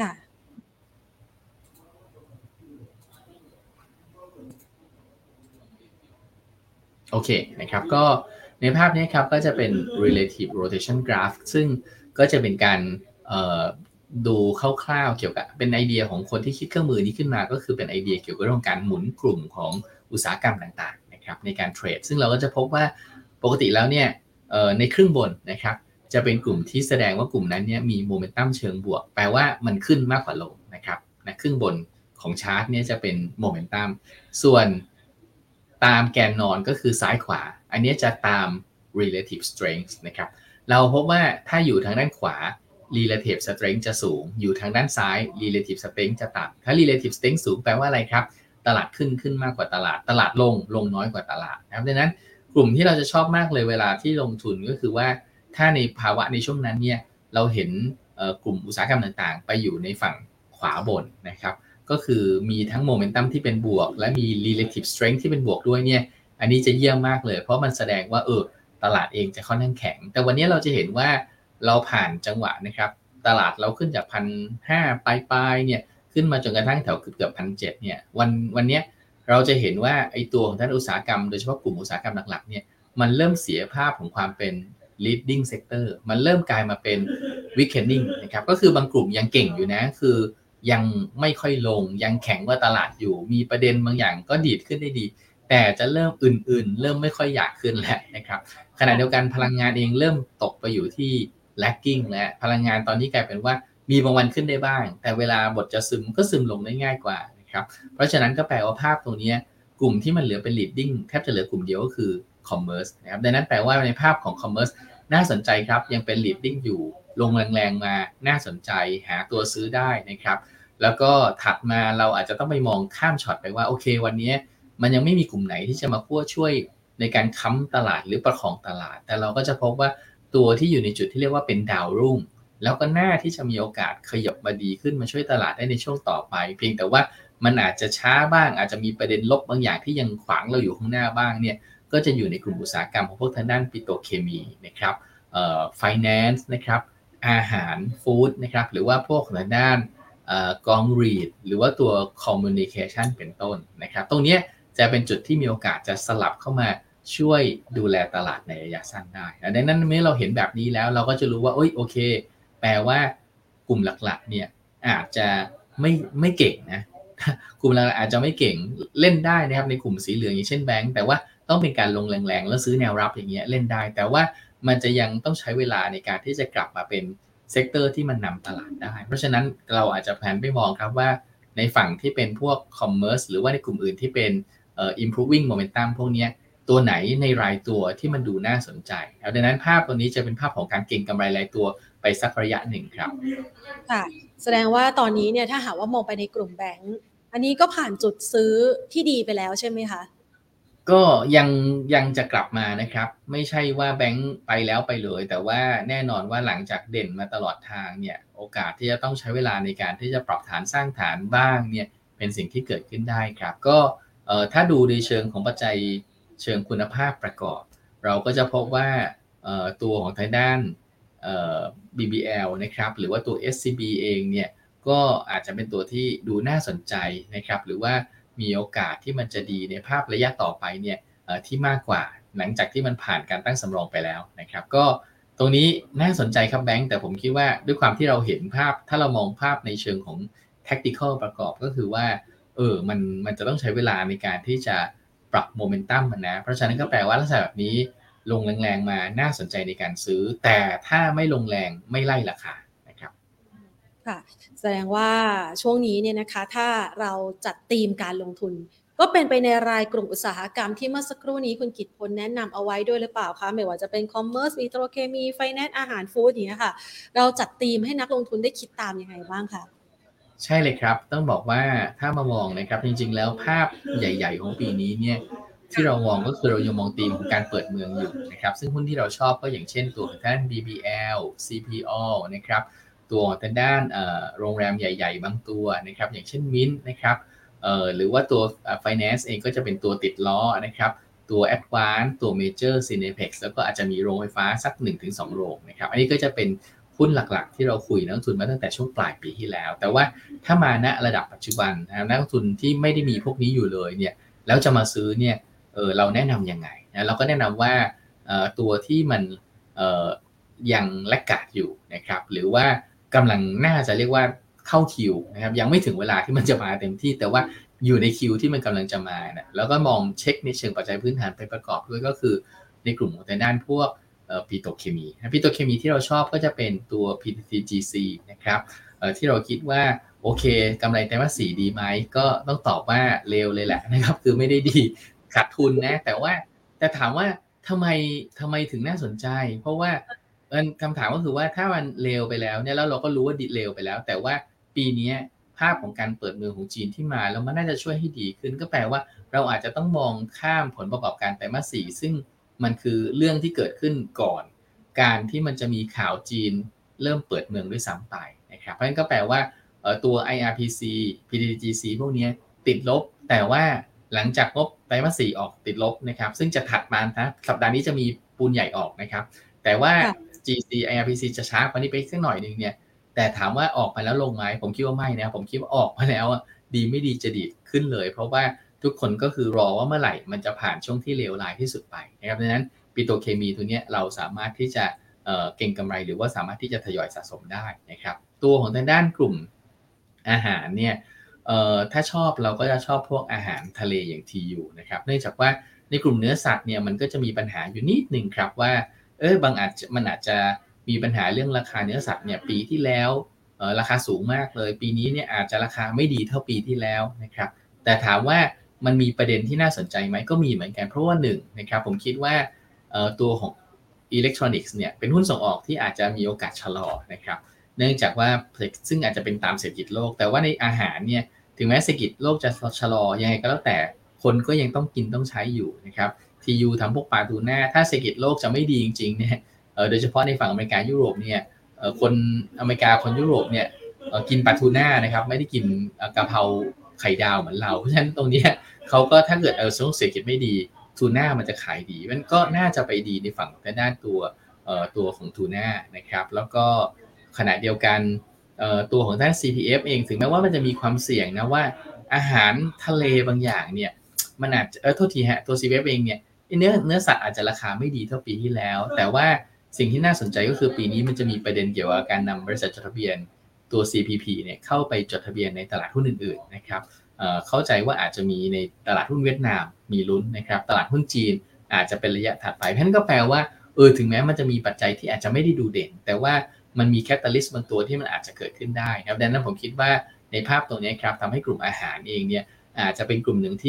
โอเคนะครับก็ในภาพนี้ครับก็จะเป็น relative rotation graph ซึ่งก็จะเป็นการดูคร่าวๆเกี่ยวกับเป็นไอเดียของคนที่คิดเครื่องมือนี้ขึ้นมาก็คือเป็นไอเดียเกี่ยวกับเรื่องการหมุนกลุ่มของอุตสาหกรรมต่างๆนะครับในการเทรดซึ่งเราก็จะพบว่าปกติแล้วเนี่ยในครึ่งบนนะครับจะเป็นกลุ่มที่แสดงว่ากลุ่มนั้นเนี่ยมีโมเมนตัมเชิงบวกแปลว่ามันขึ้นมากกว่าลงนะครับนะครึ่งบนของชาร์ตเนี่ยจะเป็นโมเมนตัมส่วนตามแกนนอนก็คือซ้ายขวาอันนี้จะตาม relative strength นะครับเราพบว่าถ้าอยู่ทางด้านขวา relative strength จะสูงอยู่ทางด้านซ้าย relative strength จะต่ำถ้า relative strength สูงแปลว่าอะไรครับตลาดขึ้นขึ้นมากกว่าตลาดตลาดลงลงน้อยกว่าตลาดนะครับดังนั้นกลุ่มที่เราจะชอบมากเลยเวลาที่ลงทุนก็คือว่าถ้าในภาวะในช่วงนั้นเนี่ยเราเห็นกลุ่มอุตสาหกรรมต่างๆไปอยู่ในฝั่งขวาบนนะครับก็คือมีทั้งโมเมนตัมที่เป็นบวกและมี relative strength ที่เป็นบวกด้วยเนี่ยอันนี้จะเยี่ยมมากเลยเพราะมันแสดงว่าเออตลาดเองจะค่อนข้างแข็งแต่วันนี้เราจะเห็นว่าเราผ่านจังหวะนะครับตลาดเราขึ้นจาก หนึ่งพันห้าร้อย ปลายๆเนี่ยขึ้นมาจนกระทั่งแถวเกือบ หนึ่งพันเจ็ดร้อย เนี่ยวันวันนี้เราจะเห็นว่าไอ้ตัวของด้านอุตสาหกรรมโดยเฉพาะกลุ่มอุตสาหกรรมหลักๆเนี่ยมันเริ่มเสียภาพของความเป็น leading sector มันเริ่มกลายมาเป็น weakening นะครับก็คือบางกลุ่มยังเก่งอยู่นะคือยังไม่ค่อยลงยังแข็งกว่าตลาดอยู่มีประเด็นบางอย่างก็ดีดขึ้นได้ดีแต่จะเริ่มอื่นๆเริ่มไม่ค่อยอยากขึ้นแล้วนะครับขณะเดียวกันพลังงานเองเริ่มตกไปอยู่ที่ lagging และพลังงานตอนนี้กลายเป็นว่ามีบางวันขึ้นได้บ้างแต่เวลาบทจะซึมก็ซึมลงได้ง่ายกว่านะครับเพราะฉะนั้นก็แปลว่าภาพตรงนี้กลุ่มที่มันเหลือเป็น leading แทบจะเหลือกลุ่มเดียวก็คือ commerce นะครับดังนั้นแปลว่าในภาพของ commerce น่าสนใจครับยังเป็น leading อยู่ลงแรงๆมาน่าสนใจหาตัวซื้อได้นะครับแล้วก็ถัดมาเราอาจจะต้องไปมองข้ามช็อตไปว่าโอเควันนี้มันยังไม่มีกลุ่มไหนที่จะมาคั่วช่วยในการค้ำตลาดหรือประคองตลาดแต่เราก็จะพบว่าตัวที่อยู่ในจุดที่เรียกว่าเป็นดาวรุ่งแล้วก็น่าที่จะมีโอกาสขยับมาดีขึ้นมาช่วยตลาดได้ในช่วงต่อไปเพียงแต่ว่ามันอาจจะช้าบ้างอาจจะมีประเด็นลบบางอย่างที่ยังขวางเราอยู่ข้างหน้าบ้างเนี่ยก็จะอยู่ในกลุ่มอุตสาหกรรมของพวกทางด้านปิโตรเคมีนะครับเอ่อ finance นะครับอาหารฟู้ดนะครับหรือว่าพวกทางด้านกองรีดหรือว่าตัว communication เป็นต้นนะครับตรงนี้จะเป็นจุดที่มีโอกาสจะสลับเข้ามาช่วยดูแลตลาดในระยะสั้นได้ดังนั้นเมื่อเราเห็นแบบนี้แล้วเราก็จะรู้ว่าโอ้ยโอเคแปลว่ากลุ่มหลักๆเนี่ยอาจจะไม่ไม่เก่งนะกลุ่มหลักๆอาจจะไม่เก่งเล่นได้นะครับในกลุ่มสีเหลืองอย่างเช่นแบงก์แต่ว่าต้องเป็นการลงแรงๆแล้วซื้อแนวรับอย่างเงี้ยเล่นได้แต่ว่ามันจะยังต้องใช้เวลาในการที่จะกลับมาเป็นเซกเตอร์ที่มันนำตลาดได้เพราะฉะนั้นเราอาจจะแผนไปมองครับว่าในฝั่งที่เป็นพวก commerce หรือว่าในกลุ่มอื่นที่เป็นเอ่อ improving momentum พวกนี้ตัวไหนในรายตัวที่มันดูน่าสนใจดังนั้นภาพตัวนี้จะเป็นภาพของการเก็งกำไรรายตัวไปสักระยะหนึ่งครับค่ะแสดงว่าตอนนี้เนี่ยถ้าหากว่ามองไปในกลุ่มแบงก์อันนี้ก็ผ่านจุดซื้อที่ดีไปแล้วใช่ไหมคะก็ยังยังจะกลับมานะครับไม่ใช่ว่าแบงก์ไปแล้วไปเลยแต่ว่าแน่นอนว่าหลังจากเด่นมาตลอดทางเนี่ยโอกาสที่จะต้องใช้เวลาในการที่จะปรับฐานสร้างฐานบ้างเนี่ยเป็นสิ่งที่เกิดขึ้นได้ครับก็เอ่อถ้าดูในเชิงของปัจจัยเชิงคุณภาพประกอบเราก็จะพบว่าเอ่อตัวของทางด้านเอ่อ บี บี แอล นะครับหรือว่าตัว เอส ซี บี เองเนี่ยก็อาจจะเป็นตัวที่ดูน่าสนใจนะครับหรือว่ามีโอกาสที่มันจะดีในภาพระยะต่อไปเนี่ยที่มากกว่าหลังจากที่มันผ่านการตั้งสำรองไปแล้วนะครับก็ตรงนี้น่าสนใจครับแบงค์แต่ผมคิดว่าด้วยความที่เราเห็นภาพถ้าเรามองภาพในเชิงของ tactical ประกอบก็คือว่าเออมันมันจะต้องใช้เวลาในการที่จะปรับโมเมนตัมมันนะเพราะฉะนั้นก็แปลว่าลักษณะแบบนี้ลงแรงๆมาน่าสนใจในการซื้อแต่ถ้าไม่ลงแรงไม่ไล่ราคานะครับค่ะแสดงว่าช่วงนี้เนี่ยนะคะถ้าเราจัดธีมการลงทุนก็เป็นไปในรายกลุ่มอุตสาหกรรมที่เมื่อสักครู่นี้คุณกิตพลแนะนำเอาไว้ด้วยหรือเปล่าคะไม่ว่าจะเป็นคอมเมอร์สปิโตรเคมีไฟแนนซ์อาหารฟู้ดอย่างเงี้ยค่ะเราจัดธีมให้นักลงทุนได้คิดตามยังไงบ้างคะใช่เลยครับต้องบอกว่าถ้ามามองนะครับจริงๆแล้วภาพใหญ่ๆของปีนี้เนี่ยที่เรามองก็คือเรายังมองธีมของการเปิดเมืองอยู่นะครับซึ่งหุ้นที่เราชอบก็อย่างเช่นตัวของด้าน บี บี แอล ซี พี โอ นะครับตัวทางด้านโรงแรมใหญ่ๆบางตัวนะครับอย่างเช่น Mint นะครับหรือว่าตัว Finance เองก็จะเป็นตัวติดล้อนะครับตัว Advance ตัว Major Cinepex แล้วก็อาจจะมีโรงไฟฟ้าสัก หนึ่งถึงสอง โรงนะครับอันนี้ก็จะเป็นหุ้นหลักๆที่เราคุยนักลงทุนมาตั้งแต่ช่วงปลายปีที่แล้วแต่ว่าถ้ามาณระดับปัจจุบันนักลงทุนที่ไม่ได้มีพวกนี้อยู่เลยเนี่ยแล้วจะมาซื้อเนี่ยเออเราแนะนำยังไงนะเราก็แนะนำว่าตัวที่มันยังแลกขาดอยู่นะครับหรือว่ากำลังน่าจะเรียกว่าเข้าคิวนะครับยังไม่ถึงเวลาที่มันจะมาเต็มที่แต่ว่าอยู่ในคิวที่มันกำลังจะมานะแล้วก็มองเช็คในเชิงปัจจัยพื้นฐานไปประกอบด้วยก็คือในกลุ่มของทางด้านพวกปิโตรเคมีปิโตรเคมีที่เราชอบก็จะเป็นตัว พี ที ที จี ซี นะครับที่เราคิดว่าโอเคกำไรไตรมาสสี่ดีไหมก็ต้องตอบว่าเลวเลยแหละนะครับคือไม่ได้ดีขาดทุนนะแต่ว่าแต่ถามว่าทำไมทำไมถึงน่าสนใจเพราะว่าคำถามก็คือว่าถ้ามันเลวไปแล้วเนี่ยแล้วเราก็รู้ว่าดีเลวไปแล้วแต่ว่าปีนี้ภาพของการเปิดเมืองของจีนที่มาแล้วมันน่าจะช่วยให้ดีขึ้นก็แปลว่าเราอาจจะต้องมองข้ามผลประกอบการไตรมาสสี่ซึ่งมันคือเรื่องที่เกิดขึ้นก่อนการที่มันจะมีข่าวจีนเริ่มเปิดเมืองด้วยซ้ำไปนะครับเพราะฉะนั้นก็แปลว่าตัว ไอ อาร์ พี ซี พี ที ที จี ซี พวกนี้ติดลบแต่ว่าหลังจากงบไตรมาสสี่ออกติดลบนะครับซึ่งจะถัดมานะสัปดาห์นี้จะมีปูนใหญ่ออกนะครับแต่ว่า จี ซี ไอ อาร์ พี ซี จะช้ากว่านี้ไปสักหน่อยนึงเนี่ยแต่ถามว่าออกมาแล้วลงไหมผมคิดว่าไม่นะผมคิดว่าออกมาแล้วดีไม่ดีจะดีขึ้นเลยเพราะว่าทุกคนก็คือรอว่าเมื่อไหร่มันจะผ่านช่วงที่เลวร้ายที่สุดไปนะครับดังนั้นปิโตรเคมีตัวนี้เราสามารถที่จะเอ่อเก็งกำไรหรือว่าสามารถที่จะทยอยสะสมได้นะครับตัวของทางด้านกลุ่มอาหารเนี่ยเอ่อถ้าชอบเราก็จะชอบพวกอาหารทะเลอย่าง ที ยู นะครับเนื่องจากว่าในกลุ่มเนื้อสัตว์เนี่ยมันก็จะมีปัญหาอยู่นิดนึงครับว่าเออบางอาจมันอาจจะมีปัญหาเรื่องราคาเนื้อสัตว์เนี่ยปีที่แล้วเอ่อราคาสูงมากเลยปีนี้เนี่ยอาจจะราคาไม่ดีเท่าปีที่แล้วนะครับแต่ถามว่ามันมีประเด็นที่น่าสนใจไหมก็มีเหมือนกันเพราะว่าหนึ่งนะครับผมคิดว่าเอ่อตัวของอิเล็กทรอนิกส์เนี่ยเป็นหุ้นส่งออกที่อาจจะมีโอกาสชะลอนะครับเนื่องจากว่าซึ่งอาจจะเป็นตามเศรษฐกิจโลกแต่ว่าในอาหารเนี่ยถึงแม้เศรษฐกิจโลกจะชะลอยังไงก็แล้วแต่คนก็ยังต้องกินต้องใช้อยู่นะครับ ที ยู ทำพวกปลาทูน่าถ้าเศรษฐกิจโลกจะไม่ดีจริงๆเนี่ยโดยเฉพาะในฝั่งอเมริกายุโรปเนี่ยคนอเมริกาคนยุโรปเนี่ยกินปลาทูน่านะครับไม่ได้กินกะเพราไข่ดาวเหมือนเราเพราะฉะนั้นตรงนี้เขาก็ถ้าเกิดเออเศรษฐกิจไม่ดีทูน่ามันจะขายดีมันก็น่าจะไปดีในฝั่งด้านตัวตัวของทูน่านะครับแล้วก็ขณะเดียวกันตัวของด้าน ซี พี เอฟ เองถึงแม้ว่ามันจะมีความเสี่ยงนะว่าอาหารทะเลบางอย่างเนี่ยมันอาจจะเออโทษทีฮะตัว ซี พี เอฟ เองเนี่ยเนื้อเนื้อสัตว์อาจจะราคาไม่ดีเท่าปีที่แล้วแต่ว่าสิ่งที่น่าสนใจก็คือปีนี้มันจะมีประเด็นเกี่ยวกับการนำบริษัทจดทะเบียนตัว ซี พี พี เนี่ยเข้าไปจดทะเบียนในตลาดหุ้นอื่นๆนะครับ เอ่อ เข้าใจว่าอาจจะมีในตลาดหุ้นเวียดนามมีลุ้นนะครับตลาดหุ้นจีนอาจจะเป็นระยะถัดไปเพราะฉะนั้นก็แปลว่าเออถึงแม้มันจะมีปัจจัยที่อาจจะไม่ได้ดูเด่นแต่ว่ามันมีแคตาลิสต์บางตัวที่มันอาจจะเกิดขึ้นได้ครับดังนั้นผมคิดว่าในภาพตรงนี้ครับทำให้กลุ่มอาหารเองเนี่ยอาจจะเป็นกลุ่มหนึ่งที่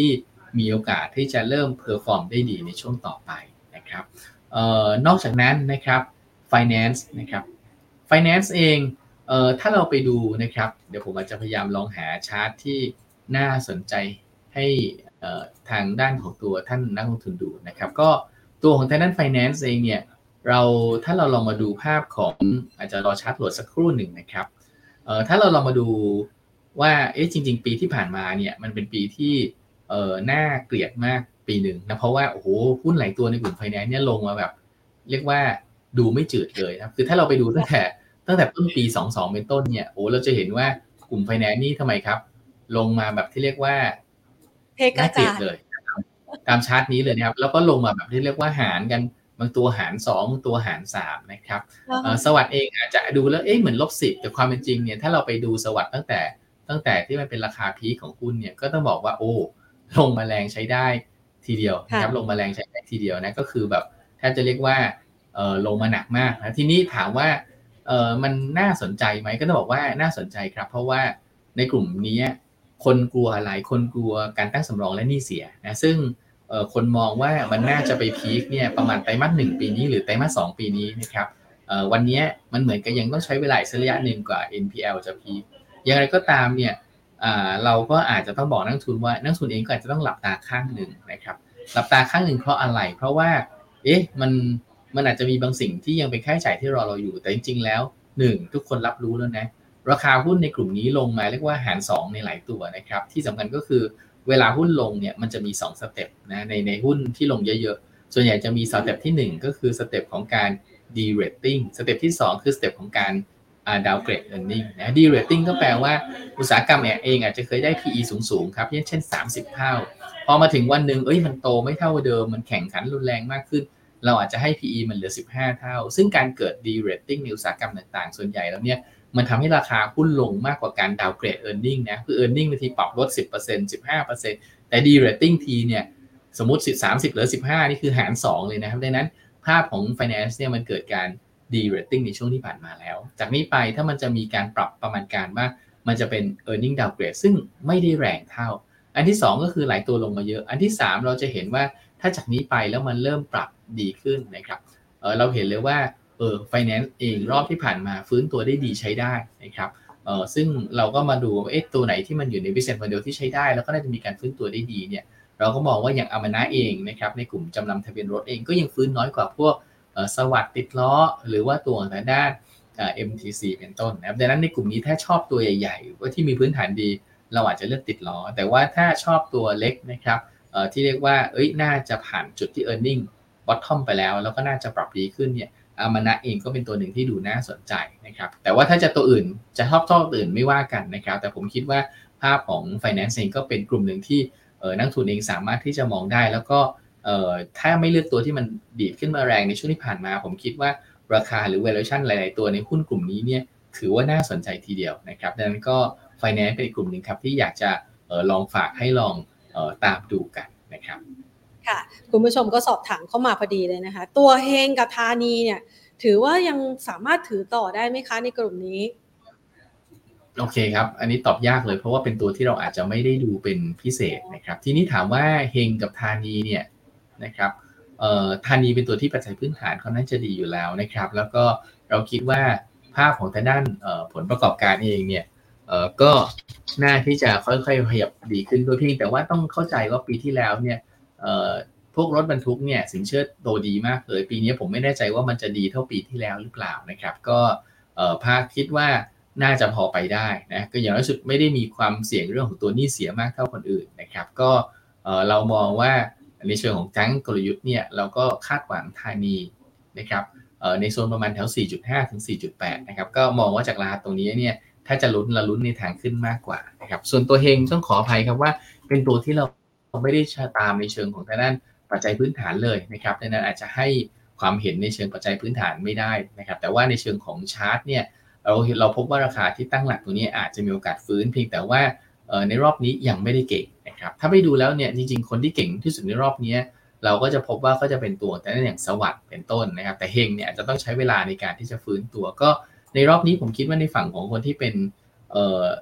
มีโอกาสที่จะเริ่มเพอร์ฟอร์มได้ดีในช่วงต่อไปนะครับเอ่อนอกจากนั้นนะครับ finance นะครับ finance เองเอ่อถ้าเราไปดูนะครับเดี๋ยวผมอาจจะพยายามลองหาชาร์ตที่น่าสนใจให้เอ่อทางด้านของตัวท่านนักลงทุนดูนะครับก็ตัวของทางด้าน finance เองเนี่ยเราถ้าเราลองมาดูภาพของอาจจะรอชาร์ตโหลดสักครู่หนึ่งนะครับเอ่อถ้าเราลองมาดูว่าเอ๊ะจริงๆปีที่ผ่านมาเนี่ยมันเป็นปีที่เอ่อน่าเกลียดมากปีหนึ่งนะเพราะว่าโอ้โหหุ้นหลายตัวในกลุ่ม finance เนี่ยลงมาแบบเรียกว่าดูไม่จืดเลยครับคือถ้าเราไปดูตั้งแต่ตั้งแต่ต้นปีสองพันยี่สิบสองเป็นต้นเนี่ยโอ้เราจะเห็นว่ากลุ่ม finance นี่ทำไมครับลงมาแบบที่เรียกว่าน่าเกลียดเลยตามชาร์ตนี้เลยนะครับแล้วก็ลงมาแบบที่เรียกว่าหารกันบางตัวหารสองบางตัวหารสามนะครับสวัสด์เองอาจจะดูแล้วเอ๊ะเหมือนลบสิบแต่ความเป็นจริงเนี่ยถ้าเราไปดูสวัสด์ตั้งแต่ตั้งแต่ที่มันเป็นราคาพีคของหุ้นเนี่ยก็ต้องบอกว่าโอ้ลงมาแรงใช้ได้ทีเดียวนะครับลงมาแรงใช้ได้ทีเดียวนะก็คือแบบแทบจะเรียกว่าเออลงมาหนักมากนะทีนี้ถามว่าเออมันน่าสนใจไหมก็ต้องบอกว่าน่าสนใจครับเพราะว่าในกลุ่มนี้คนกลัวอะไรคนกลัวการตั้งสำรองและหนี้เสียนะซึ่งเอ่อคนมองว่ามันน่าจะไปพีคเนี่ยประมาณไตรมาสหนึ่งปีนี้หรือไตรมาสสองปีนี้นะครับเอ่อวันนี้มันเหมือนกับยังต้องใช้เวลาอีกระยะหนึ่งกว่า เอ็น พี แอล จะพีคอย่างไรก็ตามเนี่ยอ่าเราก็อาจจะต้องบอกนักทุนว่านักทุนเองก็อาจจะต้องหลับตาข้างหนึ่งนะครับหลับตาข้างหนึ่งเพราะอะไรเพราะว่าเอ๊ะมันมันอาจจะมีบางสิ่งที่ยังเป็นค่าใช้จ่ายที่รอเราอยู่แต่จริงๆแล้วหนึ่งทุกคนรับรู้แล้วนะราคาหุ้นในกลุ่มนี้ลงมาเรียกว่าหารสองในหลายตัวนะครับที่สำคัญก็คือเวลาหุ้นลงเนี่ยมันจะมีสองสเต็ปนะในในหุ้นที่ลงเยอะๆส่วนใหญ่จะมีสเต็ปที่หนึ่งก็คือสเต็ปของการ de-rating สเต็ปที่สองคือสเต็ปของการอ่า downgrade earning นะ de-rating ก็แปลว่าอุตสาหกรรมเองอาจจะเคยได้ พี อี สูงๆครับเช่นสามสิบเท่าพอมาถึงวันนึงเอ้ยมันโตไม่เท่าเดิมมันแข่งขันรุนแรงมากขึ้นเราอาจจะให้ พี อี มันเหลือสิบห้าเท่าซึ่งการเกิด de-rating ในอุตสาหกรรมต่างๆส่วนใหญ่แล้วเนี่ยมันทำให้ราคาหุ้นลงมากกว่าการ downgrade earning นะคือ earning บางทีปรับลด สิบเปอร์เซ็นต์ สิบห้าเปอร์เซ็นต์ แต่ de-rating ทีเนี่ยสมมุติสามสิบเหลือสิบห้านี่คือหารสองเลยนะครับดังนั้นภาพของ finance เนี่ยมันเกิดการ de-rating ในช่วงที่ผ่านมาแล้วจากนี้ไปถ้ามันจะมีการปรับประมาณการว่ามันจะเป็น earning downgrade ซึ่งไม่ได้แรงเท่าอันที่สองก็คือหลายตัวลงมาเยอะอันที่สามเราจะเห็นว่าถ้าจากนี้ไปแล้วมันเริ่มปรับดีขึ้นนะครับเออเราเห็นเลยว่าเออ finance เองรอบที่ผ่านมาฟื้นตัวได้ดีใช้ได้นะครับเออซึ่งเราก็มาดูว่าเอ๊ะตัวไหนที่มันอยู่ใน business model ที่ใช้ได้แล้วก็น่าจะมีการฟื้นตัวได้ดีเนี่ยเราก็มองว่าอย่างอามานะเองนะครับในกลุ่มจำนำทะเบียนรถเองก็ยังฟื้นน้อยกว่าพวกสวัสดิ์ติดล้อหรือว่าตัวทางด้าน เอ็ม ที ซี เป็นต้นนะครับดังนั้นในกลุ่มนี้ถ้าชอบตัวใหญ่ๆว่าที่มีพื้นฐานดีเราอาจจะเลือกติดล้อแต่ว่าถ้าชอบตัวเล็กนะครับที่เรียกว่าเอ้ยน่าจะผ่านจุดที่ earning bottom ไปแล้วแล้วก็น่าจะปรับดีขึ้นเนี่ยอามานะเองก็เป็นตัวหนึ่งที่ดูน่าสนใจนะครับแต่ว่าถ้าจะตัวอื่นจะชอบชอบตัวอื่นไม่ว่ากันนะครับแต่ผมคิดว่าภาพของ finance เองก็เป็นกลุ่มหนึ่งที่นักทุนเองสามารถที่จะมองได้แล้วก็ถ้าไม่เลือกตัวที่มันดีดขึ้นมาแรงในช่วงที่ผ่านมาผมคิดว่าราคาหรือ valuation หลายๆตัวในหุ้นกลุ่มนี้เนี่ยถือว่าน่าสนใจทีเดียวนะครับดังนั้นก็ finance เป็นอีกกลุ่มหนึ่งครับที่อยากจะลองฝากให้ลองตามดูกันนะครับค่ะคุณผู้ชมก็สอบถามเข้ามาพอดีเลยนะคะตัวเฮงกับธานีเนี่ยถือว่ายังสามารถถือต่อได้ไหมคะในกลุ่มนี้โอเคครับอันนี้ตอบยากเลยเพราะว่าเป็นตัวที่เราอาจจะไม่ได้ดูเป็นพิเศษนะครับทีนี้ถามว่าเฮงกับธานีเนี่ยนะครับเอ่อธานีเป็นตัวที่ปัจจัยพื้นฐานเขาน่าจะดีอยู่แล้วนะครับแล้วก็เราคิดว่าภาพของทางด้านผลประกอบการเองเนี่ยเอ่อก็น่าที่จะค่อยๆขยับดีขึ้นโดยเพียงแต่ว่าต้องเข้าใจว่าปีที่แล้วเนี่ยเอ่อพวกรถบรรทุกเนี่ยสินเชื่อโตดีมากเลยปีนี้ผมไม่แน่ใจว่ามันจะดีเท่าปีที่แล้วหรือเปล่านะครับก็เอ่อภาคคิดว่าน่าจะพอไปได้นะก็อย่างน้อยสุดไม่ได้มีความเสี่ยงเรื่องของตัวหนี้เสียมากเท่าคนอื่นนะครับก็เอ่อเรามองว่าในเชิงของทั้งกลยุทธ์เนี่ยเราก็คาดหวังธานีนะครับเอ่อในโซนประมาณแถว สี่จุดห้า ถึง สี่จุดแปด นะครับก็มองว่าจากราคาตรงนี้เนี่ยถ้าจะลุ้นละลุ้นในทางขึ้นมากกว่านะครับส่วนตัวเฮงต้องขออภัยครับว่าเป็นตัวที่เราไม่ได้ตามในเชิงของทางด้านปัจจัยพื้นฐานเลยนะครับดังนั้นอาจจะให้ความเห็นในเชิงปัจจัยพื้นฐานไม่ได้นะครับแต่ว่าในเชิงของชาร์ตเนี่ยเราเราพบว่าราคาที่ตั้งหลักตัวนี้อาจจะมีโอกาสฟื้นเพียงแต่ว่าในรอบนี้ยังไม่ได้เก่งนะครับถ้าไปดูแล้วเนี่ยจริงๆคนที่เก่งที่สุดในรอบนี้เราก็จะพบว่าก็จะเป็นตัวแต่นั่นอย่างสวัสดิ์เป็นต้นนะครับแต่เฮงเนี่ยจะต้องใช้เวลาในการที่จะฟื้นตัวก็ในรอบนี้ผมคิดว่าในฝั่งของคนที่เป็น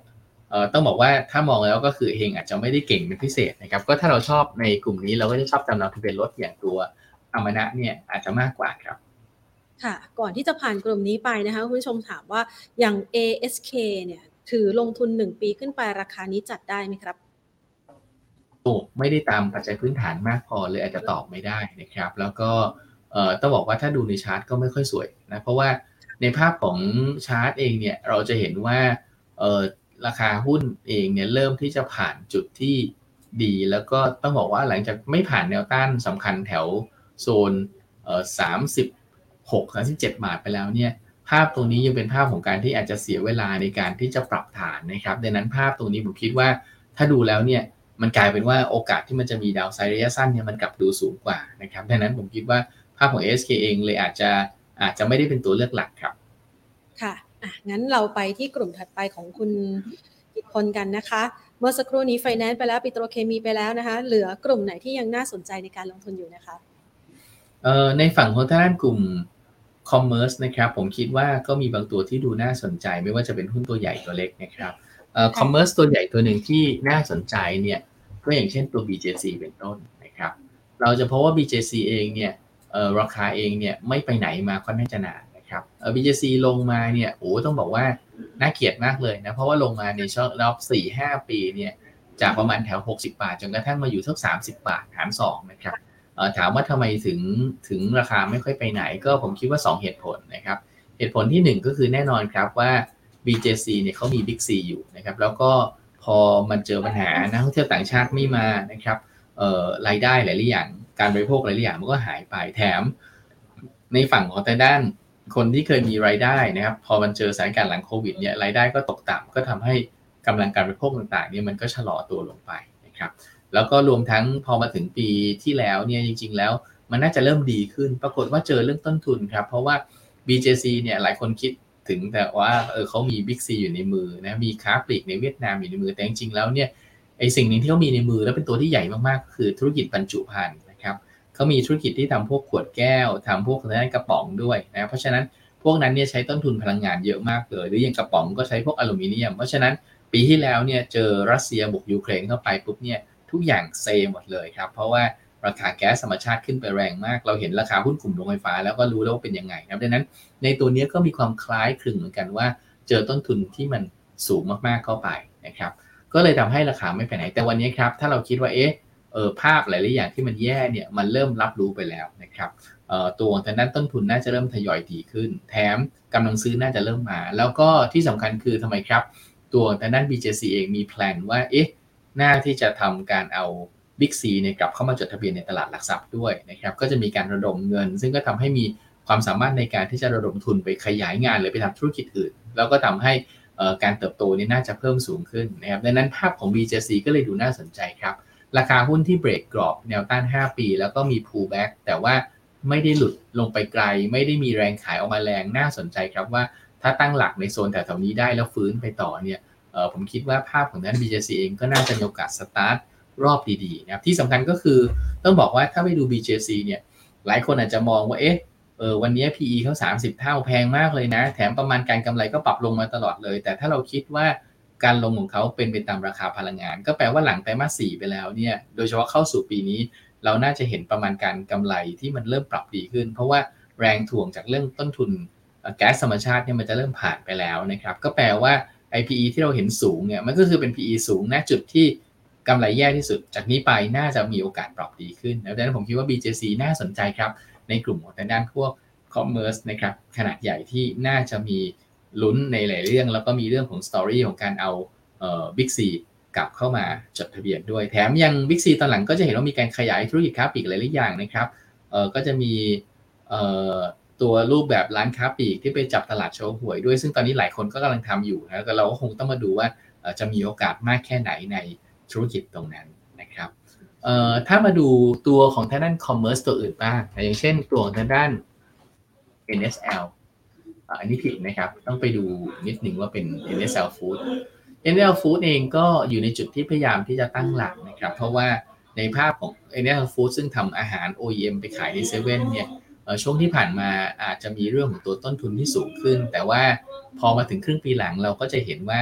เอ่อต้องบอกว่าถ้ามองแล้วก็คือเฮงอาจจะไม่ได้เก่งเป็นพิเศษนะครับก็ถ้าเราชอบในกลุ่มนี้เราก็จะชอบจำนำทะเบียนรถอย่างตัวอมนะเนี่ยอาจจะมากกว่าครับค่ะก่อนที่จะผ่านกลุ่มนี้ไปนะคะคุณผู้ชมถามว่าอย่าง เอ เอส เค เนี่ยถือลงทุนหนึ่งปีขึ้นไปราคานี้จัดได้ไหมครับโอ้ไม่ได้ตามปัจจัยพื้นฐานมากพอเลยอาจจะตอบไม่ได้นะครับแล้วก็เอ่อต้องบอกว่าถ้าดูในชาร์ตก็ไม่ค่อยสวยนะเพราะว่าในภาพของชาร์ตเองเนี่ยเราจะเห็นว่าเอ่อราคาหุ้นเองเนี่ยเริ่มที่จะผ่านจุดที่ดีแล้วก็ต้องบอกว่าหลังจากไม่ผ่านแนวต้านสำคัญแถวโซนเอ่อสามสิบหก สามสิบเจ็ดบาทไปแล้วเนี่ยภาพตรงนี้ยังเป็นภาพของการที่อาจจะเสียเวลาในการที่จะปรับฐานนะครับดังนั้นภาพตรงนี้ผมคิดว่าถ้าดูแล้วเนี่ยมันกลายเป็นว่าโอกาสที่มันจะมีดาวไซด์ระยะสั้นเนี่ยมันกลับดูสูงกว่านะครับดังนั้นผมคิดว่าภาพของ เอ เอส เค เองเลยอาจจะอาจจะไม่ได้เป็นตัวเลือกหลักครับค่ะอ่ะงั้นเราไปที่กลุ่มถัดไปของคุณกิตพลกันนะคะเมื่อสักครู่นี้ไฟแนนซ์ไปแล้วปิโตรเคมีไปแล้วนะคะเหลือกลุ่มไหนที่ยังน่าสนใจในการลงทุนอยู่นะคะเอ่อในฝั่งของทางด้านกลุ่มคอมเมอร์สนะครับผมคิดว่าก็มีบางตัวที่ดูน่าสนใจไม่ว่าจะเป็นหุ้นตัวใหญ่ตัวเล็กนะครับเอ่อคอมเมอร์สตัวใหญ่ตัวหนึ่งที่น่าสนใจเนี่ยก็อย่างเช่นตัว บี เจ ซี เป็นต้นนะครับเราจะพบว่า บี เจ ซี เองเนี่ยเอ่อราคาเองเนี่ยไม่ไปไหนมาค่อนข้างจะนานนะครับเอ่อ บี เจ ซี ลงมาเนี่ยโอ้ต้องบอกว่าน่าเกลียดมากเลยนะเพราะว่าลงมาในช่วงรอบ สี่ห้า ปีเนี่ยจากประมาณแถวหกสิบบาทจนกระทั่งมาอยู่สักสามสิบบาทหารสองนะครับเอ่อถามว่าทำไมถึงถึงราคาไม่ค่อยไปไหนก็ผมคิดว่าสองเหตุผลนะครับเหตุผลที่หนึ่งก็คือแน่นอนครับว่า บี เจ ซี เนี่ยเขามี Big C อยู่นะครับแล้วก็พอมันเจอปัญหานักท่องเที่ยวต่างชาติไม่มานะครับเอ่อรายได้หลายๆอย่างการบริโภคหลายๆอย่างมันก็หายไปแถมในฝั่งของทางด้านคนที่เคยมีรายได้นะครับพอมันเจอสถานการณ์หลังโควิดเนี่ยรายได้ก็ตกต่ำก็ทำให้กำลังการบริโภคต่างๆเนี่ยมันก็ชะลอตัวลงไปนะครับแล้วก็รวมทั้งพอมาถึงปีที่แล้วเนี่ยจริงๆแล้วมันน่าจะเริ่มดีขึ้นปรากฏว่าเจอเรื่องต้นทุนครับเพราะว่า บี เจ ซี เนี่ยหลายคนคิดถึงแต่ว่าเออเขามี Big C อยู่ในมือนะมีค้าปลีกในเวียดนามอยู่ในมือแต่จริงๆแล้วเนี่ยไอสิ่งหนึ่งที่เขามีในมือแล้วเป็นตัวที่ใหญ่มากๆคือธุรกิจบรรจุภัณฑ์นะครับเขามีธุรกิจที่ทำพวกขวดแก้วทำพวกทางด้านกระป๋องด้วยนะเพราะฉะนั้นพวกนั้นเนี่ยใช้ต้นทุนพลังงานเยอะมากเลยหรืออย่างกระป๋องก็ใช้พวกอลูมิเนียมเพราะฉะนั้นปีที่แล้วเนี่ยเจอรัสเซียบุกยูเครนเข้าไปปุ๊บเนี่ยทุกอย่างเซหมดเลยครับเพราะว่าราคาแก๊สธรรมชาติขึ้นไปแรงมากเราเห็นราคาหุ้นกลุ่มโรงไฟฟ้าแล้วก็รู้แล้วว่าเป็นยังไงครับดังนั้นในตัวนี้ก็มีความคล้ายคลึงเหมือนกันว่าเจอต้นทุนที่มันสูงมากๆเข้าไปนะครับก็เลยทำให้ราคาไม่ไปไหนแต่วันนี้ครับถ้าเราคิดว่าเอ๊ะเออภาพหลายๆอย่างที่มันแย่เนี่ยมันเริ่มรับรู้ไปแล้วนะครับเอ่อตัวทางด้านต้นทุนน่าจะเริ่มทยอยดีขึ้นแถมกำลังซื้อน่าจะเริ่มมาแล้วก็ที่สำคัญคือทำไมครับตัวทางด้าน บี เจ ซี เองมีแพลนว่าเอ๊ะน่าที่จะทำการเอาBig C เนี่ยกลับเข้ามาจดทะเบียนในตลาดหลักทรัพย์ด้วยนะครับก็จะมีการระดมเงินซึ่งก็ทำให้มีความสามารถในการที่จะระดมทุนไปขยายงานหรือไปทำธุรกิจอื่นแล้วก็ทำให้การเติบโตนี่น่าจะเพิ่มสูงขึ้นนะครับดังนั้นภาพของ บี เจ ซี ก็เลยดูน่าสนใจครับราคาหุ้นที่เบรกกรอบแนวต้านห้าปีแล้วก็มี pullback แต่ว่าไม่ได้หลุดลงไปไกลไม่ได้มีแรงขายออกมาแรงน่าสนใจครับว่าถ้าตั้งหลักในโซนแถวๆนี้ได้แล้วฟื้นไปต่อเนี่ยผมคิดว่าภาพของด้าน บี เจ ซี เองก็น่าจะมีโอกาสสตาร์ทรอบดีๆนะครับที่สำคัญก็คือต้องบอกว่าถ้าไปดู บี เจ ซี เนี่ยหลายคนอาจจะมองว่าเอ๊ะเออวันนี้ พี อี เขาสามสิบเท่าแพงมากเลยนะแถมประมาณการกำไรก็ปรับลงมาตลอดเลยแต่ถ้าเราคิดว่าการลงของเขาเป็นไปตามราคาพลังงานก็แปลว่าหลังไตรมาสสี่ไปแล้วเนี่ยโดยเฉพาะเข้าสู่ปีนี้เราน่าจะเห็นประมาณการกำไรที่มันเริ่มปรับดีขึ้นเพราะว่าแรงถ่วงจากเรื่องต้นทุนแก๊สธรรมชาติเนี่ยมันจะเริ่มผ่านไปแล้วนะครับก็แปลว่า ไอ พี อี ที่เราเห็นสูงเนี่ยมันก็คือเป็น พี อี สูงณจุดที่กำไรแย่ที่สุดจากนี้ไปน่าจะมีโอกาสปรับดีขึ้นดังนั้นผมคิดว่า บี เจ ซี น่าสนใจครับในกลุ่มของทางด้านพวก commerce นะครับขนาดใหญ่ที่น่าจะมีลุ้นในหลายเรื่องแล้วก็มีเรื่องของสตอรี่ของการเอาเอ่อ Big C กลับเข้ามาจดทะเบียนด้วยแถมยัง Big C ตอนหลังก็จะเห็นว่ามีการขยายธุรกิจค้าปลีกหลายๆอย่างนะครับเอ่อก็จะมีเอ่อตัวรูปแบบร้านค้าปลีกที่ไปจับตลาดโชว์หวยด้วยซึ่งตอนนี้หลายคนก็กำลังทำอยู่นะแล้วเราก็คงต้องมาดูว่าจะมีโอกาสมากแค่ไหนในธุรกิจตรงนั้นนะครับเอ่อถ้ามาดูตัวของทางด้าน commerce ตัวอื่นบ้างอย่างเช่นตัวของทางด้าน เอ็น เอส แอล อันนี้ผิดนะครับต้องไปดูนิดหนึ่งว่าเป็น เอ็น เอส แอล Food เอ็น เอส แอล Food เองก็อยู่ในจุดที่พยายามที่จะตั้งหลักนะครับเพราะว่าในภาพของ เอ็น เอส แอล Food ซึ่งทำอาหาร โอ อี เอ็ม ไปขายในเซเว่นเนี่ยช่วงที่ผ่านมาอาจจะมีเรื่องของตัวต้นทุนที่สูงขึ้นแต่ว่าพอมาถึงครึ่งปีหลังเราก็จะเห็นว่า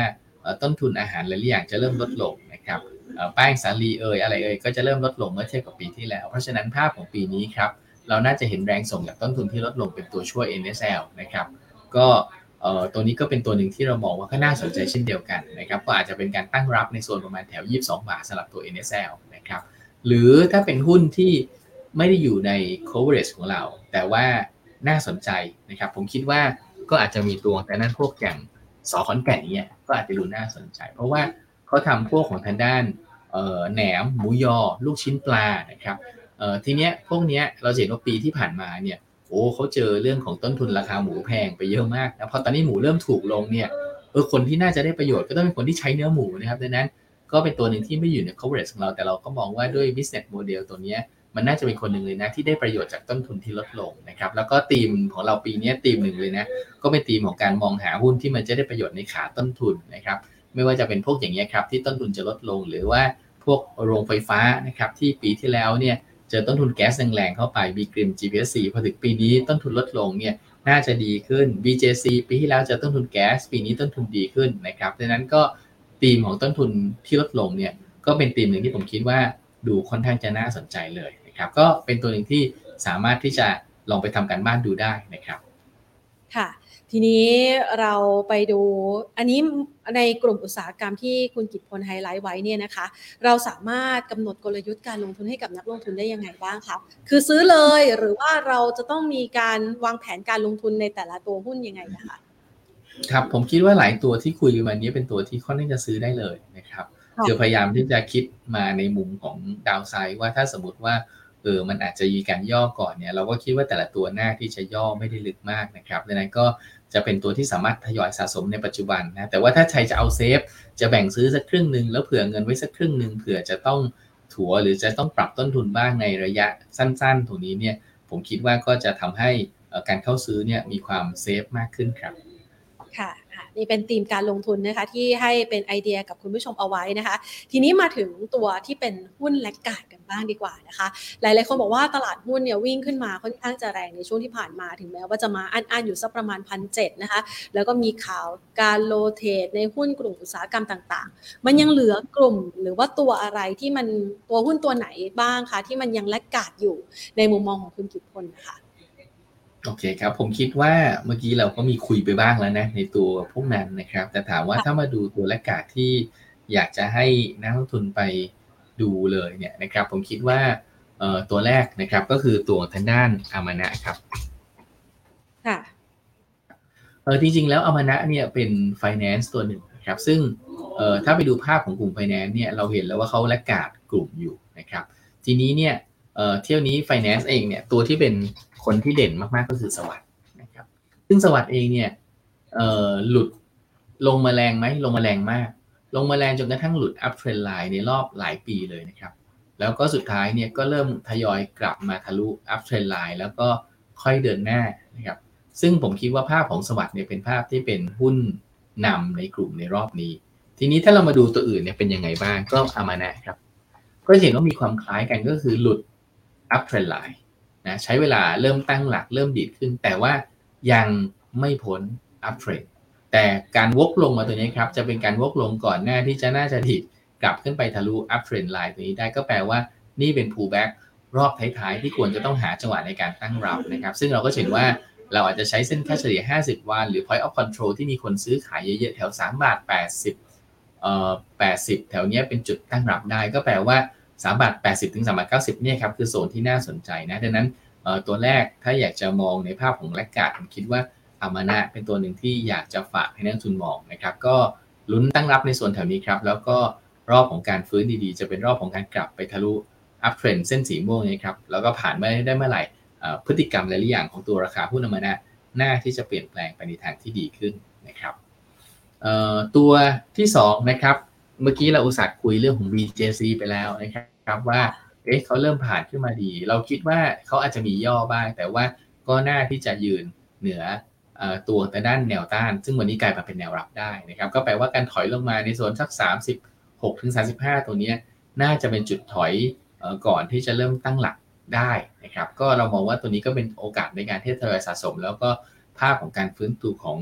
ต้นทุนอาหารหลายอย่างจะเริ่มลดลงนะครับแป้งสาลีเอ่ยอะไรเอ่ยก็จะเริ่มลดลงเมื่อเทียบกับปีที่แล้วเพราะฉะนั้นภาพของปีนี้ครับเราน่าจะเห็นแรงส่งจากต้นทุนที่ลดลงเป็นตัวช่วย เอ็น เอส แอล นะครับก็ตัวนี้ก็เป็นตัวหนึ่งที่เรามองว่าก็น่าสนใจเช่นเดียวกันนะครับก็อาจจะเป็นการตั้งรับในโซนประมาณแถวยี่สิบสองบาทสำหรับตัว เอ็น เอส แอล นะครับหรือถ้าเป็นหุ้นที่ไม่ได้อยู่ใน coverage ของเราแต่ว่าน่าสนใจนะครับผมคิดว่าก็อาจจะมีตัวแต่นั้นพวกอย่างสอขอนแก่นเนี่ยก็อาจจะดูน่าสนใจเพราะว่าเขาทำพวกของทางด้านแหนมหมูยอลูกชิ้นปลานะครับทีเนี้ยพวกเนี้ยเราเห็นว่าปีที่ผ่านมาเนี่ยโอ้เขาเจอเรื่องของต้นทุนราคาหมูแพงไปเยอะมากนะพอตอนนี้หมูเริ่มถูกลงเนี่ยเออคนที่น่าจะได้ประโยชน์ก็ต้องเป็นคนที่ใช้เนื้อหมูนะครับดังนั้นก็เป็นตัวหนึ่งที่ไม่อยู่ใน coverage ของเราแต่เราก็มองว่าด้วย business model ตัวนี้มันน่าจะเป็นคนหนึ่งเลยนะที่ได้ประโยชน์จากต้นทุนที่ลดลงนะครับแล้วก็ธีมของเราปีนี้ธีมหนึ่งเลยนะก็เป็นธีมของการมองหาหุ้นที่มันจะได้ประโยชน์ในขาต้นทุนนะครับไม่ว่าจะเป็นพวกอย่างเงี้ยครับที่ต้นทุนจะลดลงหรือว่าพวกโรงไฟฟ้านะครับที่ปีที่แล้วเนี่ยเจอต้นทุนแก๊สแรงๆเข้าไป บี กริม จี พี เอส ซี พอถึงปีนี้ต้นทุนลดลงเนี่ยน่าจะดีขึ้น บี เจ ซี ปีที่แล้วเจอต้นทุนแก๊สปีนี้ต้นทุนดีขึ้นนะครับดังนั้นก็ธีมของต้นทุนที่ลดลงเนี่ยก็เป็นธีมหนึ่งที่ผมคิดว่าดูค่อนข้างจะน่าสนใจเลยนะครับก็เป็นตัวหนึ่งที่สามารถที่จะลองไปทำการบ้านดูได้นะครับค่ะทีนี้เราไปดูอันนี้ในกลุ่มอุตสาหกรรมที่คุณกิตพลไฮไลท์ไว้เนี่ยนะคะเราสามารถกำหนดกลยุทธ์การลงทุนให้กับนักลงทุนได้ยังไงบ้างคะคือซื้อเลยหรือว่าเราจะต้องมีการวางแผนการลงทุนในแต่ละตัวหุ้นยังไงนะคะครับผมคิดว่าหลายตัวที่คุยกันมานี้เป็นตัวที่ค่อนข้างจะซื้อได้เลยนะครับคือพยายามที่จะคิดมาในมุมของดาวไซด์ว่าถ้าสมมติว่าเออมันอาจจะมีการย่อก่อนเนี่ยเราก็คิดว่าแต่ละตัวหน้าที่จะย่อไม่ได้ลึกมากนะครับดังนั้นก็จะเป็นตัวที่สามารถทยอยสะสมในปัจจุบันนะแต่ว่าถ้าใครจะเอาเซฟจะแบ่งซื้อสักครึ่งนึงแล้วเผื่อเงินไว้สักครึ่งนึงเผื่อจะต้องถัวหรือจะต้องปรับต้นทุนบ้างในระยะสั้นๆตรงนี้เนี่ยผมคิดว่าก็จะทำให้การเข้าซื้อเนี่ยมีความเซฟมากขึ้นครับค่ะนี่เป็นธีมการลงทุนนะคะที่ให้เป็นไอเดียกับคุณผู้ชมเอาไว้นะคะทีนี้มาถึงตัวที่เป็นหุ้นแลกขาดกันบ้างดีกว่านะคะหลายๆคนบอกว่าตลาดหุ้นเนี่ยวิ่งขึ้นมาค่อนข้างจะแรงในช่วงที่ผ่านมาถึงแม้ว่าจะมาอั้นๆอยู่สักประมาณ หนึ่งพันเจ็ดร้อย นะคะแล้วก็มีข่าวการโรเทตในหุ้นกลุ่มอุตสาหกรรมต่างๆมันยังเหลือกลุ่มหรือว่าตัวอะไรที่มันตัวหุ้นตัวไหนบ้างคะที่มันยังแลกขาดอยู่ในมุมมองของคุณกิตพลนะคะโอเคครับผมคิดว่าเมื่อกี้เราก็มีคุยไปบ้างแล้วนะในตัวพวกนั้นนะครับแต่ถามว่าถ้ามาดูตัวแลกขาดที่อยากจะให้นักลงทุนไปดูเลยเนี่ยนะครับผมคิดว่าเอ่อตัวแรกนะครับก็คือตัวทางด้านอามานะครับค่ะเออจริงๆแล้วอามานะเนี่ยเป็น finance ตัวหนึ่งนะครับซึ่งเอ่อถ้าไปดูภาพของกลุ่ม finance เนี่ยเราเห็นแล้วว่าเขาแลกขาดกลุ่มอยู่นะครับทีนี้เนี่ยเอ่อเที่ยวนี้ finance เองเนี่ยตัวที่เป็นคนที่เด่นมากๆก็คือสวัสด์นะครับซึ่งสวัสด์เองเนี่ยเอ่อหลุดลงมาแรงไหมลงมาแรงมากลงมาแรงจนกระทั่งหลุด up trend line ในรอบหลายปีเลยนะครับแล้วก็สุดท้ายเนี่ยก็เริ่มทยอยกลับมาทะลุ up trend line แล้วก็ค่อยเดินหน้านะครับซึ่งผมคิดว่าภาพของสวัสด์เนี่ยเป็นภาพที่เป็นหุ้นนำในกลุ่มในรอบนี้ทีนี้ถ้าเรามาดูตัวอื่นเนี่ยเป็นยังไงบ้างก็อามานะครับก็เห็นว่ามีความคล้ายกันก็คือหลุด up trend lineนะใช้เวลาเริ่มตั้งหลักเริ่มดีดขึ้นแต่ว่ายังไม่พ้น up trend แต่การวกลงมาตัวนี้ครับจะเป็นการวกลงก่อนหน้าที่จะน่าจะดีดกลับขึ้นไปทะลุ up trend line ตัวนี้ได้ก็แปลว่านี่เป็น pullback รอบท้ายๆที่ควรจะต้องหาจังหวะในการตั้งรับนะครับซึ่งเราก็เห็นว่าเราอาจจะใช้เส้นค่าเฉลี่ยห้าสิบวันหรือ point of control ที่มีคนซื้อขายเยอะๆแถวสามบาทแปดสิบเอ่อแปดสิบแถวนี้เป็นจุดตั้งรับได้ก็แปลว่าสามบาทแปดสิบถึงสามบาทเก้าสิบเนี่ยครับคือโซนที่น่าสนใจนะดังนั้นตัวแรกถ้าอยากจะมองในภาพของแลกการ์ดผมคิดว่าอามานะเป็นตัวหนึ่งที่อยากจะฝากให้นักลงทุนมองนะครับก็ลุ้นตั้งรับในส่วนแถวนี้ครับแล้วก็รอบของการฟื้นดีๆจะเป็นรอบของการกลับไปทะลุ up trend เส้นสีม่วงนี้ครับแล้วก็ผ่านมาได้เมื่อไหร่พฤติกรรมหลายๆอย่างของตัวราคาหุ้นอามานะน่าที่จะเปลี่ยนแปลงไปในทางที่ดีขึ้นนะครับตัวที่สองนะครับเมื่อกี้เราอุตส่าห์คุยเรื่องของ บี เจ ซี ไปแล้วนะครับว่าเอ๊ะเขาเริ่มผ่านขึ้นมาดีเราคิดว่าเขาอาจจะมีย่อบ้างแต่ว่าก็น่าที่จะยืนเหนือตัวแต่ด้านแนวต้านซึ่งวันนี้กลายมาเป็นแนวรับได้นะครับก็แปลว่าการถอยลงมาในโซนสักสามสิบหกถึงสามสิบห้าตัวนี้น่าจะเป็นจุดถอยก่อนที่จะเริ่มตั้งหลักได้นะครับก็เรามองว่าตัวนี้ก็เป็นโอกาสในการที่ทยอยสะสมแล้วก็ภาพของการฟื้นตัวของ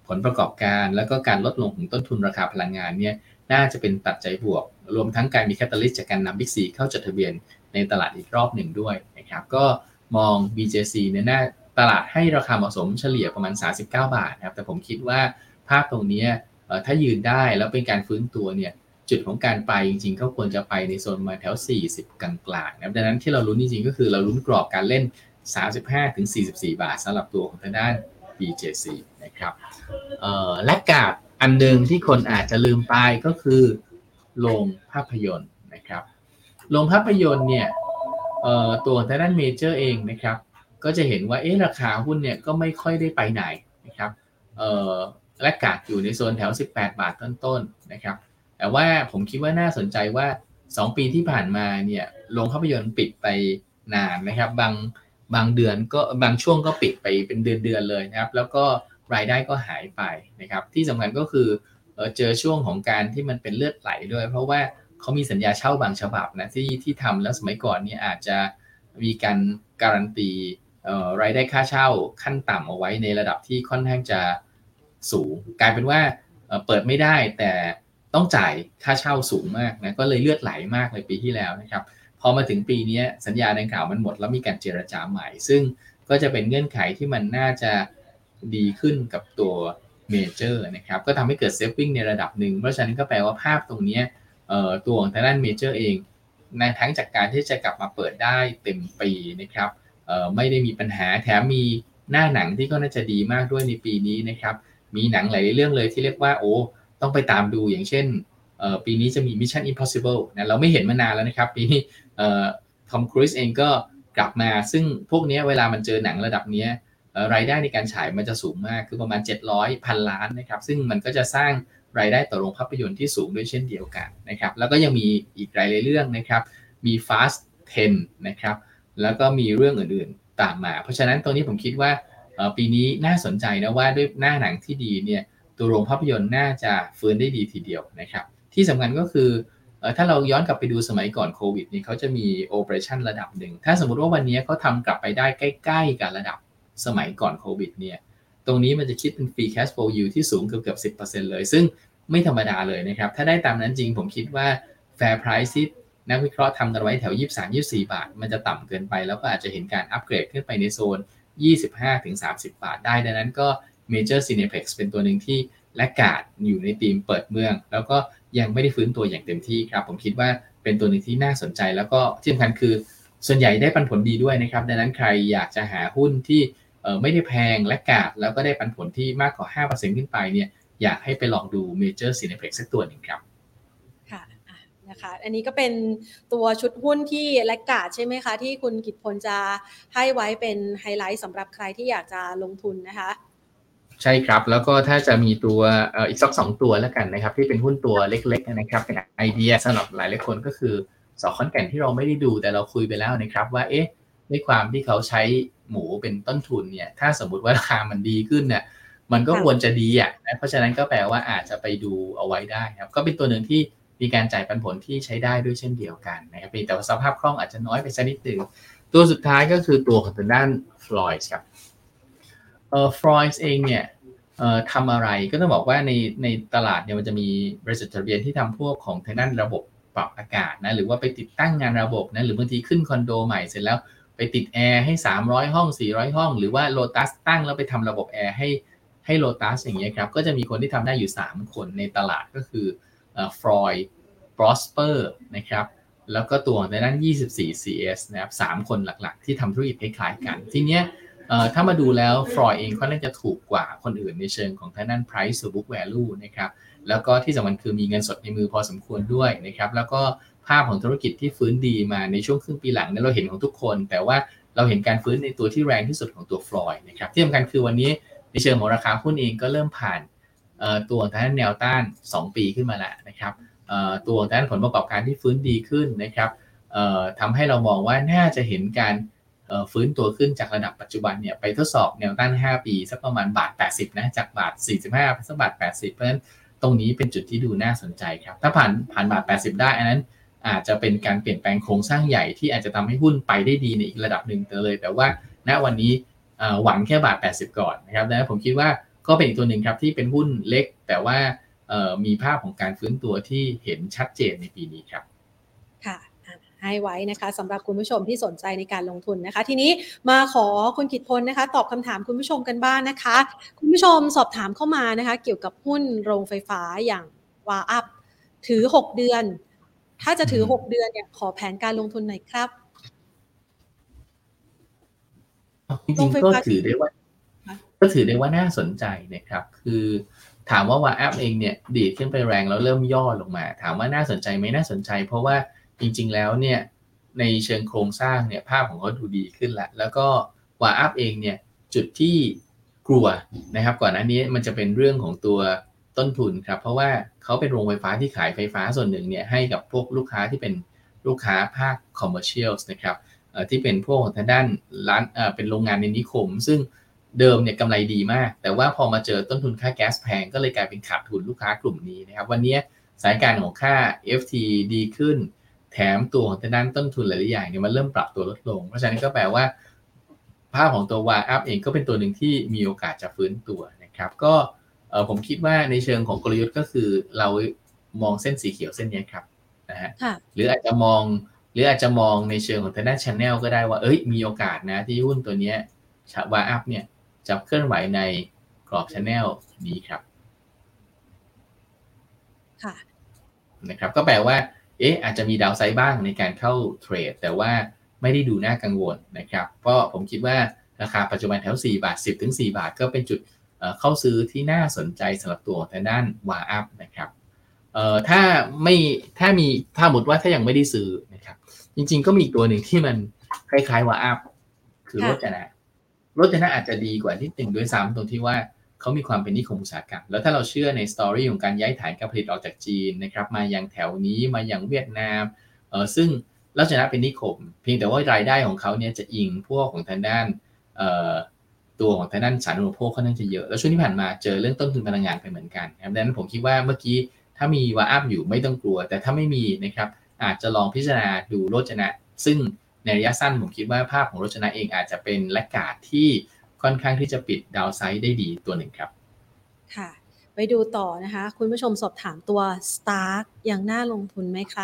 ผลประกอบการแล้วก็การลดลงของต้นทุนราคาพลังงานเนี่ยน่าจะเป็นปัจจัยบวกรวมทั้งการมีแคตาลิสต์จากการนำ Big ซี เข้าจดทะเบียนในตลาดอีกรอบหนึ่งด้วยนะครับก็มอง บี เจ ซี เนี่ยน่าตลาดให้ราคาเหมาะสมเฉลี่ยประมาณสามสิบเก้าบาทนะครับแต่ผมคิดว่าภาพตรงนี้ถ้ายืนได้แล้วเป็นการฟื้นตัวเนี่ยจุดของการไปจริงๆก็ควรจะไปในโซนมาแถวสี่สิบกลางๆนะครับดังนั้นที่เราลุ้นจริงๆก็คือเราลุ้นกรอบการเล่น สามสิบห้าถึงสี่สิบสี่บาทสำหรับตัวของทางด้าน บี เจ ซี นะครับเอ่อและกาบอันนึงที่คนอาจจะลืมไปก็คือโรงภาพยนตร์นะครับโรงภาพยนตร์เนี่ยเอ่อตัวทางด้านเมเจอร์เองนะครับก็จะเห็นว่าเอ๊ะราคาหุ้นเนี่ยก็ไม่ค่อยได้ไปไหนนะครับเอ่อและกาดอยู่ในโซนแถวสิบแปดบาทต้นๆนะครับแต่ว่าผมคิดว่าน่าสนใจว่าสองปีที่ผ่านมาเนี่ยโรงภาพยนตร์ปิดไปนานนะครับบางบางเดือนก็บางช่วงก็ปิดไปเป็นเดือนๆเลยนะครับแล้วก็รายได้ก็หายไปนะครับที่สำคัญก็คือเอ่อเจอช่วงของการที่มันเป็นเลือดไหลด้วยเพราะว่าเขามีสัญญาเช่าบางฉบับนะที่ที่ทำแล้วสมัยก่อนเนี่ยอาจจะมีการการันตีเอ่อรายได้ค่าเช่าขั้นต่ำเอาไว้ในระดับที่ค่อนข้างจะสูงกลายเป็นว่าเอ่อเปิดไม่ได้แต่ต้องจ่ายค่าเช่าสูงมากนะก็เลยเลือดไหลมากในปีที่แล้วนะครับพอมาถึงปีนี้สัญญาดังกล่าวมันหมดแล้วมีการเจรจาใหม่ซึ่งก็จะเป็นเงื่อนไขที่มันน่าจะดีขึ้นกับตัวเมเจอร์นะครับก็ทำให้เกิดเซฟวิ่งในระดับหนึ่งเพราะฉะนั้นก็แปลว่าภาพตรงนี้เอ่อตัวของทางด้านเมเจอร์เองในทั้งจากการที่จะกลับมาเปิดได้เต็มปีนะครับเอ่อไม่ได้มีปัญหาแถมมีหน้าหนังที่ก็น่าจะดีมากด้วยในปีนี้นะครับมีหนังหลายเรื่องเลยที่เรียกว่าโอ้ต้องไปตามดูอย่างเช่นเอ่อปีนี้จะมี Mission Impossible นะเราไม่เห็นมานานแล้วนะครับปีนี้เอ่อทอมครูซเองก็กลับมาซึ่งพวกนี้เวลามันเจอหนังระดับนี้รายได้ในการฉายมันจะสูงมากคือประมาณเจ็ดร้อยพันล้านนะครับซึ่งมันก็จะสร้างรายได้ต่อโรงภาพยนตร์ที่สูงด้วยเช่นเดียวกันนะครับแล้วก็ยังมีอีกหลายเรื่องนะครับมี Fast เท็นนะครับแล้วก็มีเรื่องอื่นๆตามมาเพราะฉะนั้นตรงนี้ผมคิดว่าปีนี้น่าสนใจนะว่าด้วยหน้าหนังที่ดีเนี่ยตัวโรงภาพยนตร์น่าจะฟื้นได้ดีทีเดียวนะครับที่สำคัญก็คือถ้าเราย้อนกลับไปดูสมัยก่อนโควิดนี่เขาจะมีโอเปอเรชั่นระดับหนึ่งถ้าสมมุติว่าวันนี้เขาทำกลับไปได้ใกล้ๆกับระดับสมัยก่อนโควิดเนี่ยตรงนี้มันจะคิดเป็น free cash flow yield ที่สูงเกือบๆ สิบเปอร์เซ็นต์ เลยซึ่งไม่ธรรมดาเลยนะครับถ้าได้ตามนั้นจริงผมคิดว่า fair price ที่นักวิเคราะห์ทำกันไว้แถวยี่สิบสาม ยี่สิบสี่บาทมันจะต่ำเกินไปแล้วก็อาจจะเห็นการอัปเกรดขึ้นไปในโซน ยี่สิบห้าถึงสามสิบ บาทได้ดังนั้นก็ Major Cineplex เป็นตัวหนึ่งที่และกาดอยู่ในธีมเปิดเมืองแล้วก็ยังไม่ได้ฟื้นตัวอย่างเต็มที่ครับผมคิดว่าเป็นตัวหนึ่งที่น่าสนใจแล้วก็ที่สำคัญคือส่วนใหญ่ได้ปันผลดีด้วยนะครับดังนั้นใครอยากจะหาหุ้นที่เอ่อไม่ได้แพงและกาดแล้วก็ได้ปันผลที่มากกว่า ห้าเปอร์เซ็นต์ ขึ้นไปเนี่ยอยากให้ไปลองดู Major Cineplex สักตัวหนึ่งครับค่ะนะคะอันนี้ก็เป็นตัวชุดหุ้นที่แลกกาดใช่ไหมคะที่คุณกิตพลจะให้ไว้เป็นไฮไลท์สำหรับใครที่อยากจะลงทุนนะคะใช่ครับแล้วก็ถ้าจะมีตัวเอ่ออีกสักสองตัวแล้วกันนะครับที่เป็นหุ้นตัวเล็กๆนะครับเป็นไอเดียสำหรับหลายหลายคนก็คือสขอนแก่นที่เราไม่ได้ดูแต่เราคุยไปแล้วนะครับว่าเอ๊ะด้วยความที่เขาใช้หมูเป็นต้นทุนเนี่ยถ้าสมมุติว่าราคามันดีขึ้นเนี่ยมันก็ควรจะดีอ่ะนะเพราะฉะนั้นก็แปลว่าอาจจะไปดูเอาไว้ได้ครับก็เป็นตัวหนึ่งที่มีการจ่ายปันผลที่ใช้ได้ด้วยเช่นเดียวกันนะครับแต่ว่าสภาพคล่องอาจจะน้อยไปสักนิดนึงตัวสุดท้ายก็คือตัวของทางด้านฟลอยด์ครับเอ่อฟลอยด์เองเนี่ยเอ่อทำอะไรก็ต้องบอกว่าในในตลาดเนี่ยมันจะมีบริษัทจดทะเบียนที่ทำพวกของทางด้านระบบปรับอากาศนะหรือว่าไปติดตั้งงานระบบนะหรือบางทีขึ้นคอนโดใหม่เสร็จแล้วไปติดแอร์ให้สามร้อยห้องสี่ร้อยห้องหรือว่า Lotus ตั้งแล้วไปทำระบบแอร์ให้ให้ Lotus อย่างเงี้ยครับก็จะมีคนที่ทำได้อยู่สามคนในตลาดก็คือเอ่อ Freud Prosper นะครับแล้วก็ตัวในด้าน ยี่สิบสี่ ซี เอส นะครับสามคนหลักๆที่ทำธุรกิจคล้ายๆกันทีเนี้ยเอ่อถ้ามาดูแล้ว Freud เองค่อนข้างจะถูกกว่าคนอื่นในเชิงของทางด้าน price to book value นะครับแล้วก็ที่สำคัญคือมีเงินสดในมือพอสมควรด้วยนะครับแล้วก็ภาพของธุรกิจที่ฟื้นดีมาในช่วงครึ่งปีหลังนั้นเราเห็นของทุกคนแต่ว่าเราเห็นการฟื้นในตัวที่แรงที่สุดของตัว Freud นะครับที่สำคัญคือวันนี้ในเชิงของราคาหุ้นเองก็เริ่มผ่านเอ่อตัวทางด้านแนวต้านสองปีขึ้นมาแล้วนะครับเอ่อตัวทางด้านผลประกอบการที่ฟื้นดีขึ้นนะครับเอ่อทำให้เรามองว่าน่าจะเห็นการเอ่อฟื้นตัวขึ้นจากระดับปัจจุบันเนี่ยไปทดสอบแนวต้านห้าปีสักประมาณบาทแปดสิบนะจากบาทสี่สิบห้าสักบาทแปดสิบเพราะฉะนั้นตรงนี้เป็นจุดที่ดูน่าสนใจครับถ้าผ่านผ่านบาทแปดสิบได้อันนั้นอาจจะเป็นการเปลี่ยนแปลงโครงสร้างใหญ่ที่อาจจะทำให้หุ้นไปได้ดีในอีกระดับหนึ่งเลยแต่ว่าณวันนี้หวังแค่บาทแปดสิบก่อนนะครับดังนั้นผมคิดว่าก็เป็นอีกตัวหนึ่งครับที่เป็นหุ้นเล็กแต่ว่ามีภาพของการฟื้นตัวที่เห็นชัดเจนในปีนี้ครับค่ะให้ไว้นะคะสำหรับคุณผู้ชมที่สนใจในการลงทุนนะคะทีนี้มาขอคุณกิตพลนะคะตอบคำถามคุณผู้ชมกันบ้าง น, นะคะคุณผู้ชมสอบถามเข้ามานะคะเกี่ยวกับหุ้นโรงไฟฟ้าอย่างวาอัพถือหกเดือนถ้าจะถือหกเดือนเนี่ยขอแผนการลงทุนหน่อยครับจริงๆก็ถือได้ว่าก็ถือได้ว่าน่าสนใจนะครับคือถามว่าวาอัพเองเนี่ยดีดขึ้นไปแรงแล้วเริ่มย่อลงมาถามว่าน่าสนใจไหมน่าสนใจเพราะว่าจริงๆแล้วเนี่ยในเชิงโครงสร้างเนี่ยภาพของเขาดูดีขึ้นแล้วแล้วก็วาอัพเองเนี่ยจุดที่กลัวนะครับก่อนหน้านี้มันจะเป็นเรื่องของตัวต้นทุนครับเพราะว่าเขาเป็นโรงไฟฟ้าที่ขายไฟฟ้าส่วนหนึ่งเนี่ยให้กับพวกลูกค้าที่เป็นลูกค้าภาคคอมเมอร์เชียลนะครับที่เป็นพวกทางด้านร้านเป็นโรงงานในนิคมซึ่งเดิมเนี่ยกำไรดีมากแต่ว่าพอมาเจอต้นทุนค่าแก๊สแพงก็เลยกลายเป็นขาดทุนลูกค้ากลุ่มนี้นะครับวันนี้สถานการณ์ของค่า เอฟ ที ดีขึ้นแถมตัวของทางด้านต้นทุนหลายๆอย่างเนี่ยมันเริ่มปรับตัวลดลงเพราะฉะนั้นก็แปลว่าภาพของตัว วา อัพ เองก็เป็นตัวหนึ่งที่มีโอกาสจะฟื้นตัวนะครับก็ผมคิดว่าในเชิงของกลยุทธ์ก็คือเรามองเส้นสีเขียวเส้นนี้ครับนะฮะหรืออาจจะมองหรืออาจจะมองในเชิงของทางด้าน channel ก็ได้ว่าเอ้ยมีโอกาสนะที่หุ้นตัวนี้ วา อัพ เนี่ยจะเคลื่อนไหวในกรอบ channel นี้ครับค่ะนะครับก็แปลว่าเอ๊ะอาจจะมีดาวไซด์บ้างในการเข้าเทรดแต่ว่าไม่ได้ดูน่ากังวลนะครับเพราะผมคิดว่าราคาปัจจุบันแถวสี่บาทสิบถึงสี่บาทก็เป็นจุดเข้าซื้อที่น่าสนใจสำหรับตัวทางด้าน วา อัพ นะครับเอ่อถ้าไม่ถ้ามีถ้าหมดว่าถ้ายังไม่ได้ซื้อนะครับจริงๆก็มีอีกตัวหนึ่งที่มันคล้ายๆ วา อัพ คือโรจนะโรจนะอาจจะดีกว่านิดหนึ่งด้วยซ้ำตรงที่ว่าเขามีความเป็นนิคมอุตสาหกรรมแล้วถ้าเราเชื่อในสตอรี่ของการย้ายฐานการผลิตออกจากจีนนะครับมายังแถวนี้มายังเวียดนามเอ่อซึ่งโรจนะเป็นนิคมเพียงแต่ว่ารายได้ของเขาเนี่ยจะอิงพวกของทางด้านเอ่อตัวของทางด้านสาธารณูปโภคค่อนข้างจะเยอะแล้วช่วงที่ผ่านมาเจอเรื่องต้นทุนพลังงานไปเหมือนกันครับดังนั้นผมคิดว่าเมื่อกี้ถ้ามี วา อัพ อยู่ไม่ต้องกลัวแต่ถ้าไม่มีนะครับอาจจะลองพิจารณาดูโรจนะซึ่งในระยะสั้นผมคิดว่าภาพของโรจนะเองอาจจะเป็นแลกการ์ดที่ค่อนข้างที่จะปิดดาวไซด์ได้ดีตัวหนึ่งครับค่ะไปดูต่อนะคะคุณผู้ชมสอบถามตัว Stark ยังน่าลงทุนไหมคะ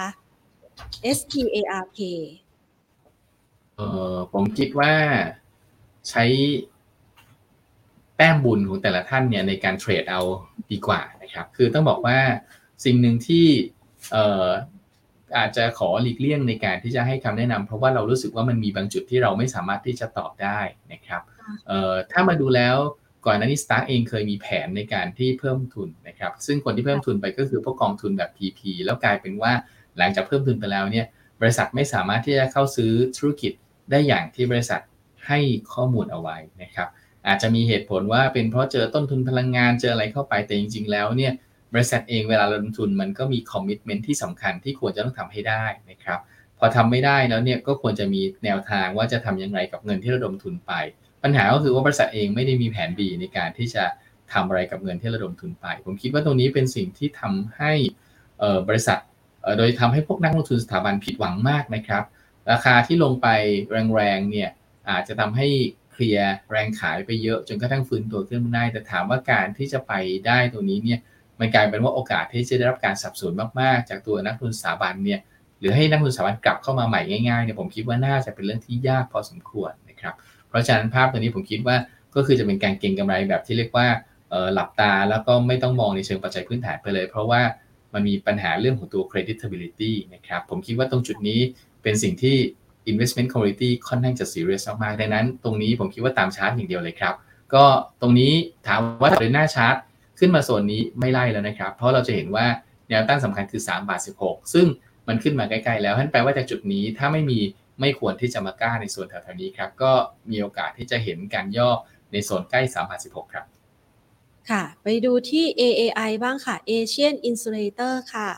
S T A R K เอ่อผมคิดว่าใช้แต้มบุญของแต่ละท่านเนี่ยในการเทรดเอาดีกว่านะครับคือต้องบอกว่าสิ่งหนึ่งที่เอ่ออาจจะขอหลีกเลี่ยงในการที่จะให้คำแนะนำเพราะว่าเรารู้สึกว่ามันมีบางจุดที่เราไม่สามารถที่จะตอบได้นะครับเอ่อถ้ามาดูแล้วก่อนหน้านี้ Stark เองเคยมีแผนในการที่เพิ่มทุนนะครับซึ่งคนที่เพิ่มทุนไปก็คือพวกกองทุนแบบ พี พี แล้วกลายเป็นว่าหลังจากเพิ่มทุนไปแล้วเนี่ยบริษัทไม่สามารถที่จะเข้าซื้อธุรกิจได้อย่างที่บริษัทให้ข้อมูลเอาไว้นะครับอาจจะมีเหตุผลว่าเป็นเพราะเจอต้นทุนพลังงานเจออะไรเข้าไปแต่จริงๆแล้วเนี่ยบริษัทเองเวลาลงทุนมันก็มีคอมมิตเมนต์ที่สำคัญที่ควรจะต้องทำให้ได้นะครับพอทำไม่ได้แล้วเนี่ยก็ควรจะมีแนวทางว่าจะทำอย่างไรกับเงินที่ระดมทุนไปปัญหาก็คือว่าบริษัทเองไม่ได้มีแผน B ในการที่จะทำอะไรกับเงินที่ระดมทุนไปผมคิดว่าตรงนี้เป็นสิ่งที่ทำให้บริษัทโดยทำให้พวกนักลงทุนสถาบันผิดหวังมากนะครับราคาที่ลงไปแรงๆเนี่ยอาจจะทำให้เคลียร์แรงขายไปเยอะจนกระทั่งฟื้นตัวขึ้นมาได้แต่ถามว่าการที่จะไปได้ตรงนี้เนี่ยมันกลายเป็นว่าโอกาสที่จะได้รับการสนับสนุนมากๆจากตัวนักลงทุนสถาบันเนี่ยหรือให้นักลงทุนสถาบันกลับเข้ามาใหม่ง่ายๆเนี่ยผมคิดว่าน่าจะเป็นเรื่องที่ยากพอสมควรนะครับเพราะฉะนั้นภาพตัวนี้ผมคิดว่าก็คือจะเป็นการเก็งกำไรแบบที่เรียกว่าหลับตาแล้วก็ไม่ต้องมองในเชิงปัจจัยพื้นฐานไปเลยเพราะว่ามันมีปัญหาเรื่องของตัว creditability นะครับผมคิดว่าตรงจุดนี้เป็นสิ่งที่ investment community ค่อนข้างจะ serious มากๆดังนั้นตรงนี้ผมคิดว่าตามชาร์ตอย่างเดียวเลยครับก็ตรงนี้ถามว่าเดินหน้าชาร์ตขึ้นมาโซนนี้ไม่ไล่แล้วนะครับเพราะเราจะเห็นว่าแนวต้านสำคัญคือสามบาทสิบหกซึ่งมันขึ้นมาใกล้ๆแล้วนั่นแปลว่าจากจุดนี้ถ้าไม่มีไม่ควรที่จะมากล้าในส่วนแถวๆนี้ครับก็มีโอกาสที่จะเห็นการย่อในโซนใกล้สามบาทสิบหกครับค่ะไปดูที่ เอ เอ ไอ บ้างค่ะ Asian Insulator ค่ะ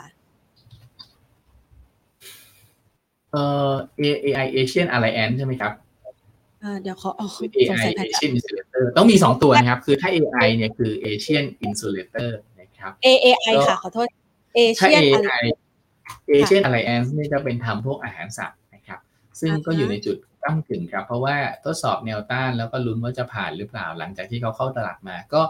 เอ่อ เอ เอ ไอ Asian Alliance ใช่ไหมครับเดี๋ยวขอออกเอ ไอ Asian Insulator ต้องมีสองตัวนะครับคือถ้า เอ ไอ เนี่ยคือ Asian Insulator นะครับเอ เอ ไอ ค่ะขอโทษ Asian Asian Alliance นี่จะเป็นทำพวกอาหารสัตว์นะครับซึ่งก็อยู่ในจุดก้ำกึ่งครับเพราะว่าทดสอบแนวต้านแล้วก็ลุ้นว่าจะผ่านหรือเปล่าหลังจากที่เขาเข้าตลาดมาก็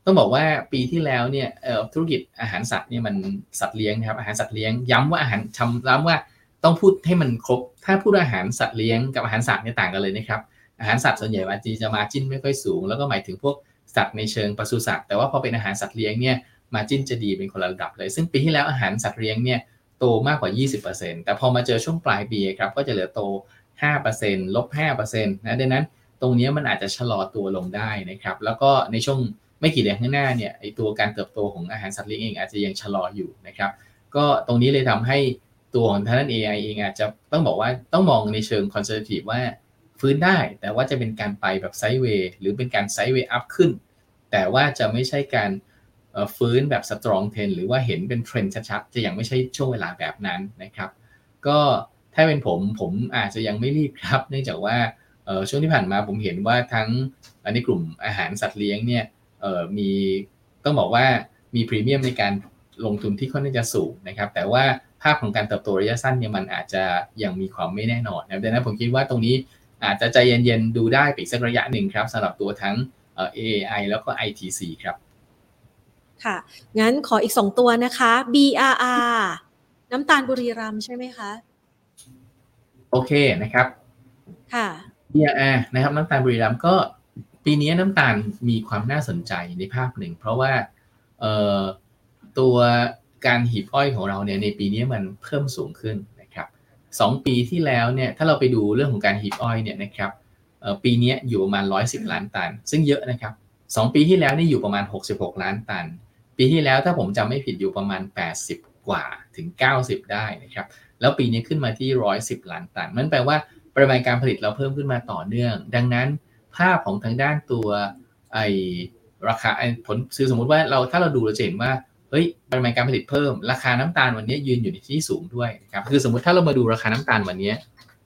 ต้องบอกว่าปีที่แล้วเนี่ยธุรกิจอาหารสัตว์เนี่ยมันสัตว์เลี้ยงนะครับอาหารสัตว์เลี้ยงย้ำว่าอาหารชำย้ำว่าต้องพูดให้มันครบถ้าพูดอาหารสัตว์เลี้ยงกับอาหารสัตว์เนี่ยต่างกันเลยนะครับอาหารสัตว์ส่วนใหญ่อาจจะมาจิ้นไม่ค่อยสูงแล้วก็หมายถึงพวกสัตว์ในเชิงปศุสัตว์แต่ว่าพอเป็นอาหารสัตว์เลี้ยงเนี่ยมาจิ้นจะดีเป็นคนละระดับเลยซึ่งปีที่แล้วอาหารสัตว์เลี้ยงเนี่ยโตมากกว่า ยี่สิบเปอร์เซ็นต์ แต่พอมาเจอช่วงปลายปีครับก็จะเหลือโต ห้าเปอร์เซ็นต์ ลบ ห้าเปอร์เซ็นต์ นะดังนั้นตรงนี้มันอาจจะชะลอตัวลงได้นะครับแล้วก็ในช่วงไม่กี่เดือนข้างหน้าเนี่ยไอตัวการเติบโตของอาหารสัตว์เลี้ยงเองอาจจะยังชะลออยู่นะครับก็ตรงนี้เลยทำให้ตัวของทางด้าน เอ ไอ เองอาจจะต้องบอกว่าต้องมองในเชิงคอนเซอร์เวทีฟว่าฟื้นได้แต่ว่าจะเป็นการไปแบบไซด์เวย์หรือเป็นการไซด์เวย์อัพขึ้นแต่ว่าจะไม่ใช่การฟื้นแบบสตรองเทรนหรือว่าเห็นเป็นเทรนด์ชัดๆจะยังไม่ใช่ช่วงเวลาแบบนั้นนะครับก็ถ้าเป็นผมผมอาจจะยังไม่รีบครับเนื่องจากว่าช่วงที่ผ่านมาผมเห็นว่าทั้งในกลุ่มอาหารสัตว์เลี้ยงเนี่ยมีต้องบอกว่ามีพรีเมียมในการลงทุนที่ค่อนข้างจะสูงนะครับแต่ว่าภาพของการเติบโตระยะสั้นเนี่ยมันอาจจะยังมีความไม่แน่นอนนะดังนั้นผมคิดว่าตรงนี้อาจจะใจเย็นๆดูได้ไปสักระยะหนึ่งครับสำหรับตัวทั้ง เอ เอ ไอ แล้วก็ ไอ ที ซี ครับค่ะงั้นขออีกสองตัวนะคะ บี อาร์ อาร์ น้ำตาลบุรีรัมย์ใช่ไหมคะโอเคนะครับค่ะบี อาร์ อาร์ นะครับน้ำตาลบุรีรัมย์ก็ปีนี้น้ำตาลมีความน่าสนใจในภาพหนึ่งเพราะว่าเอ่อตัวการหีบอ้อยของเราเนี่ยในปีนี้มันเพิ่มสูงขึ้นนะครับสองปีที่แล้วเนี่ยถ้าเราไปดูเรื่องของการหีบอ้อยเนี่ยนะครับเอ่อปีนี้อยู่ประมาณหนึ่งร้อยสิบล้านตันซึ่งเยอะนะครับสองปีที่แล้วนี่อยู่ประมาณหกสิบหกล้านตันปีที่แล้วถ้าผมจำไม่ผิดอยู่ประมาณแปดสิบกว่าถึงเก้าสิบได้นะครับแล้วปีนี้ขึ้นมาที่หนึ่งร้อยสิบล้านตันนั่นแปลว่าปริมาณการผลิตเราเพิ่มขึ้นมาต่อเนื่องดังนั้นภาพของทางด้านตัวไอราคาผลซื้อสมมุติว่าเราถ้าเราดูเราจะเห็นว่าเฮ้ยปริมาณการผลิตเพิ่มราคาน้ำตาลวันนี้ยืนอยู่ในที่สูงด้วยนะครับคือสมมุติถ้าเรามาดูราคาน้ำตาลวันนี้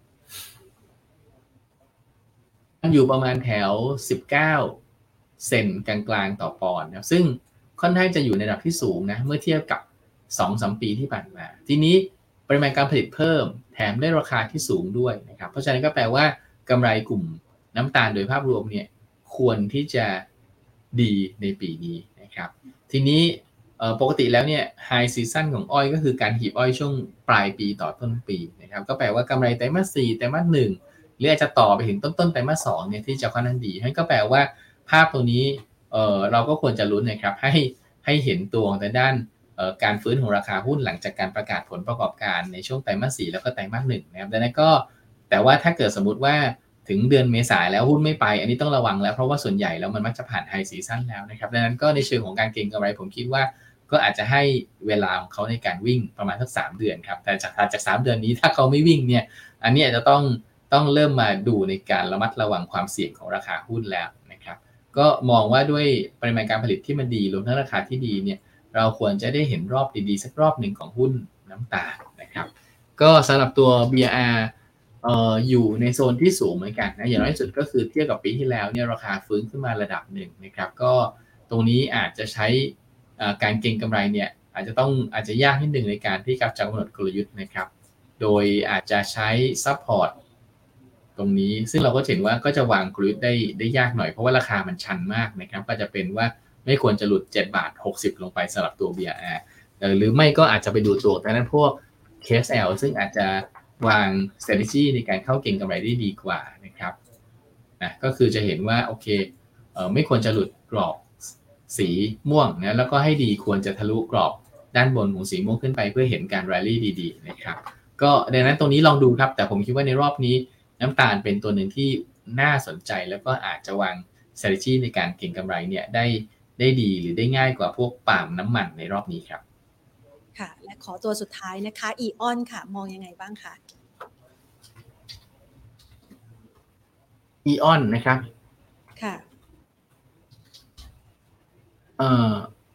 มันอยู่ประมาณแถวสิบเก้าเซนต์กลางๆต่อปอนด์นะซึ่งค่อนข้างจะอยู่ในระดับที่สูงนะเมื่อเทียบกับ สองถึงสาม ปีที่ผ่านมาทีนี้ปริมาณการผลิตเพิ่มแถมได้ราคาที่สูงด้วยนะครับเพราะฉะนั้นก็แปลว่ากำไรกลุ่มน้ำตาลโดยภาพรวมเนี่ยควรที่จะดีในปีนี้นะครับทีนี้ปกติแล้วเนี่ยไฮซีซั่นของอ้อยก็คือการหีบอ้อยช่วงปลายปีต่อต้นปีนะครับก็แปลว่ากำไรไตรมาสสี่ไตรมาสหนึ่งหรืออาจจะต่อไปถึงต้นๆไตรมาสสองเนี่ยที่จะค่อนข้างดีนั่นก็แปลว่าภาพตรงนี้เอ่อเราก็ควรจะลุ้นนะครับให้ให้เห็นตัวของแต่ด้านการฟื้นของราคาหุ้นหลังจากการประกาศผลประกอบการในช่วงไตรมาสสี่แล้วก็ไตรมาสหนึ่งนะครับดังนั้นก็แต่ว่าถ้าเกิดสมมุติว่าถึงเดือนเมษายนแล้วหุ้นไม่ไปอันนี้ต้องระวังแล้วเพราะว่าส่วนใหญ่แล้วมันมักจะผ่านไฮซีซั่นแล้วนะครับดังนั้นก็ในเชิงของการเก็งกำไรผมคิดว่าก็อาจจะให้เวลาของเขาในการวิ่งประมาณสักสามเดือนครับแต่จากจากสามเดือนนี้ถ้าเขาไม่วิ่งเนี่ยอันนี้อาจจะต้องต้องเริ่มมาดูในการระมัดระวังความเสี่ยงของราคาหุ้นแล้วนะครับก็มองว่าด้วยปริมาณการผลิตที่มันดีรวมทั้งราคาที่ดีเนี่ยเราควรจะได้เห็นรอบดีๆสักรอบหนึ่งของหุ้นน้ำตาลนะครับก็สำหรับตัว บี อาร์ เอ่ออยู่ในโซนที่สูงเหมือนกันนะอย่างน้อยสุดก็คือเทียบกับปีที่แล้วเนี่ยราคาฟื้นขึ้นมาระดับหนึ่งนะครับก็ตรงนี้อาจจะใช้การเก็งกำไรเนี่ยอาจจะต้องอาจจะยากนิดนึงในการที่จะกำหนดกลยุทธ์นะครับโดยอาจจะใช้ซัพพอร์ตตรงนี้ซึ่งเราก็เห็นว่าก็จะวางกลยุทธ์ได้ได้ยากหน่อยเพราะว่าราคามันชันมากนะครับก็จะเป็นว่าไม่ควรจะหลุดเจ็ดบาทหกสิบลงไปสำหรับตัว บี อาร์ อาร์ หรือไม่ก็อาจจะไปดูตัวแต่นั้นพวก เค เอส แอล ซึ่งอาจจะวาง strategy ในการเข้าเก็งกำไรได้ดีกว่านะครับนะก็คือจะเห็นว่าโอเคเอ่อไม่ควรจะหลุดกรอบสีม่วงนะแล้วก็ให้ดีควรจะทะลุกรอบด้านบนของสีม่วงขึ้นไปเพื่อเห็นการ rally ดีๆนะครับก็ดังนั้นตรงนี้ลองดูครับแต่ผมคิดว่าในรอบนี้น้ำตาลเป็นตัวหนึ่งที่น่าสนใจแล้วก็อาจจะวาง strategy ในการเก็งกำไรเนี่ยได้ได้ดีหรือได้ง่ายกว่าพวกปาล์มน้ำมันในรอบนี้ครับค่ะและขอตัวสุดท้ายนะคะอีออนค่ะมองยังไงบ้างคะอีออนนะครับค่ะเอ่อ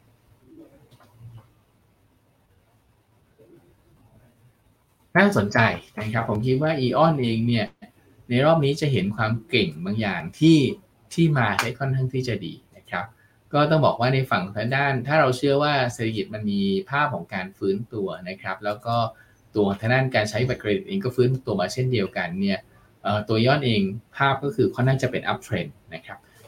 น่าสนใจนะครับผมคิดว่าอีออนเองเนี่ยในรอบนี้จะเห็นความเก่งบางอย่างที่ที่มาได้ค่อนข้างที่จะดีนะครับก็ต้องบอกว่าในฝั่งทางด้านถ้าเราเชื่อว่าเศรษฐกิจมันมีภาพของการฟื้นตัวนะครับแล้วก็ตัวทางด้านการใช้บัตรเครดิตเองก็ฟื้นตัวมาเช่นเดียวกันเนี่ยตัวย้อนเองภาพก็คือค่อนข้างจะเป็น up trend นะครับ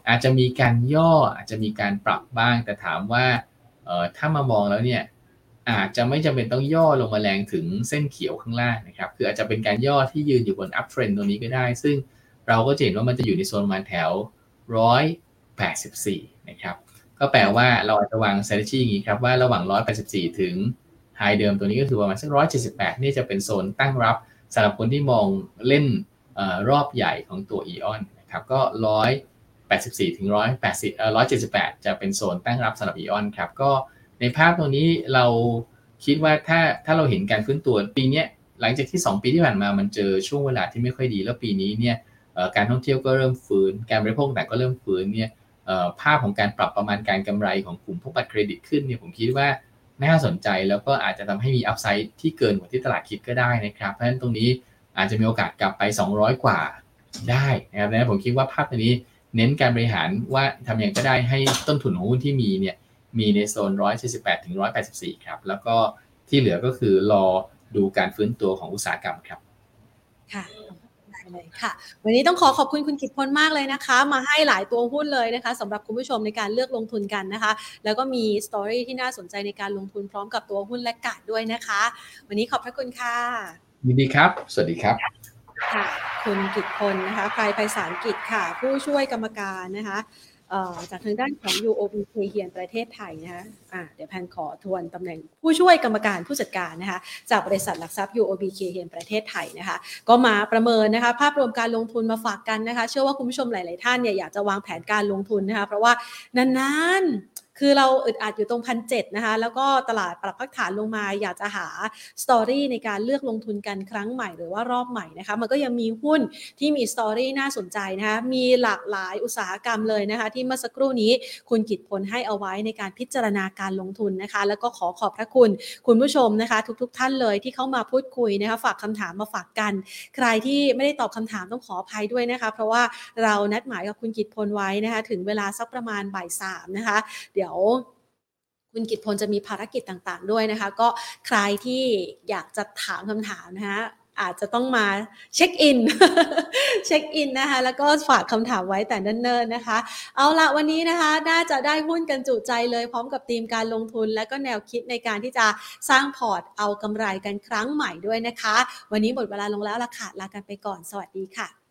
อาจจะมีการย่ออาจจะมีการปรับบ้างแต่ถามว่าเอ่อถ้ามามองแล้วเนี่ยอาจจะไม่จำเป็นต้องย่อลงมาแรงถึงเส้นเขียวข้างล่างนะครับคืออาจจะเป็นการย่อที่ยืนอยู่บน up trend ตรงนี้ก็ได้ซึ่งเราก็จะเห็นว่ามันจะอยู่ในโซนประมาณแถวหนึ่งร้อยแปดสิบสี่นะครับก็แปลว่าเราอาจจะวาง strategy อย่างนี้ครับว่าระหว่างหนึ่งร้อยแปดสิบสี่ถึง high เดิมตัวนี้ก็คือประมาณสักหนึ่งร้อยเจ็ดสิบแปดนี่จะเป็นโซนตั้งรับสำหรับคนที่มองเล่นเอ่อรอบใหญ่ของตัว อี ออน นะครับก็หนึ่งร้อยแปดสิบสี่ถึงหนึ่งร้อยแปดสิบเอ่อหนึ่งร้อยเจ็ดสิบแปดจะเป็นโซนตั้งรับสำหรับ อี ออน ครับก็ในภาพตัวนี้เราคิดว่าถ้าถ้าเราเห็นการฟื้นตัวปีนี้หลังจากที่สองปีที่ผ่านมามันเจอช่วงเวลาที่ไม่ค่อยดีแล้วปีนี้เนี่ยการท่องเที่ยวก็เริ่มฟื้นการบริโภคต่างก็เริ่มฟื้นเนี่ยภาพของการปรับประมาณการกำไรของกลุ่มพวกบัตรเครดิตขึ้นเนี่ยผมคิดว่าน่าสนใจแล้วก็อาจจะทำให้มีอัพไซด์ที่เกินกว่าที่ตลาดคิดก็ได้นะครับเพราะฉะนั้นตรงนี้อาจจะมีโอกาสกลับไปสองร้อยกว่าได้นะครับดังนั้นผมคิดว่าภาพตัวนี้เน้นการบริหารว่าทำอย่างก็ได้ให้ต้นทุนของหุ้นที่มีเนี่ยมีในโซนหนึ่งร้อยเจ็ดสิบแปดถึงหนึ่งร้อยแปดสิบสี่ครับแล้วก็ที่เหลือก็คือรอดูการฟื้นตัวของอุตสาหกรรมครับค่ะได้เลยค่ะวันนี้ต้องขอขอบคุณคุณกิตพลมากเลยนะคะมาให้หลายตัวหุ้นเลยนะคะสำหรับคุณผู้ชมในการเลือกลงทุนกันนะคะแล้วก็มีสตอรี่ที่น่าสนใจในการลงทุนพร้อมกับตัวหุ้นและกาดด้วยนะคะวันนี้ขอบพระคุณค่ะยินดีครับสวัสดีครับค่ะคุณกิตพลนะคะไพไพศาลกิจค่ะผู้ช่วยกรรมการนะคะจากทางด้านของ ยู โอ บี เค เฮียนประเทศไทยนะคะะเดี๋ยวแพนขอทวนตำแหน่งผู้ช่วยกรรมการผู้จัดการนะคะจากบริษัทหลักทรัพย์ ยู โอ บี เค เฮียนประเทศไทยนะคะก็มาประเมินนะคะภาพรวมการลงทุนมาฝากกันนะคะเชื่อว่าคุณผู้ชมหลายๆท่านเนี่ยอยากจะวางแผนการลงทุนนะคะเพราะว่านานๆคือเราอึดอัดอยู่ตรง หนึ่งพันเจ็ดร้อย นะคะแล้วก็ตลาดปรับพักฐานลงมาอยากจะหาสตอรี่ในการเลือกลงทุนกันครั้งใหม่หรือว่ารอบใหม่นะคะมันก็ยังมีหุ้นที่มีสตอรี่น่าสนใจนะคะมีหลากหลายอุตสาหกรรมเลยนะคะที่เมื่อสักครู่นี้คุณกิตพลให้เอาไว้ในการพิจารณาการลงทุนนะคะแล้วก็ขอขอบพระคุณคุณผู้ชมนะคะทุกๆท่านเลยที่เข้ามาพูดคุยนะคะฝากคำถามมาฝากกันใครที่ไม่ได้ตอบคำถามต้องขออภัยด้วยนะคะเพราะว่าเรานัดหมายกับคุณกิตพลไว้นะคะถึงเวลาสักประมาณบ่ายสามนะคะเดี๋ยวคุณกิตพลจะมีภารกิจต่างๆด้วยนะคะก็ใครที่อยากจะถามคำถามนะคะอาจจะต้องมาเช็คอิน เช็คอินนะคะแล้วก็ฝากคำถามไว้แต่เนิ่นๆนะคะเอาละวันนี้นะคะน่าจะได้หุ้นกันจุใจเลยพร้อมกับธีมการลงทุนและก็แนวคิดในการที่จะสร้างพอร์ตเอากำไรกันครั้งใหม่ด้วยนะคะวันนี้หมดเวลาลงแล้วล่ะค่ะลากันไปก่อนสวัสดีค่ะ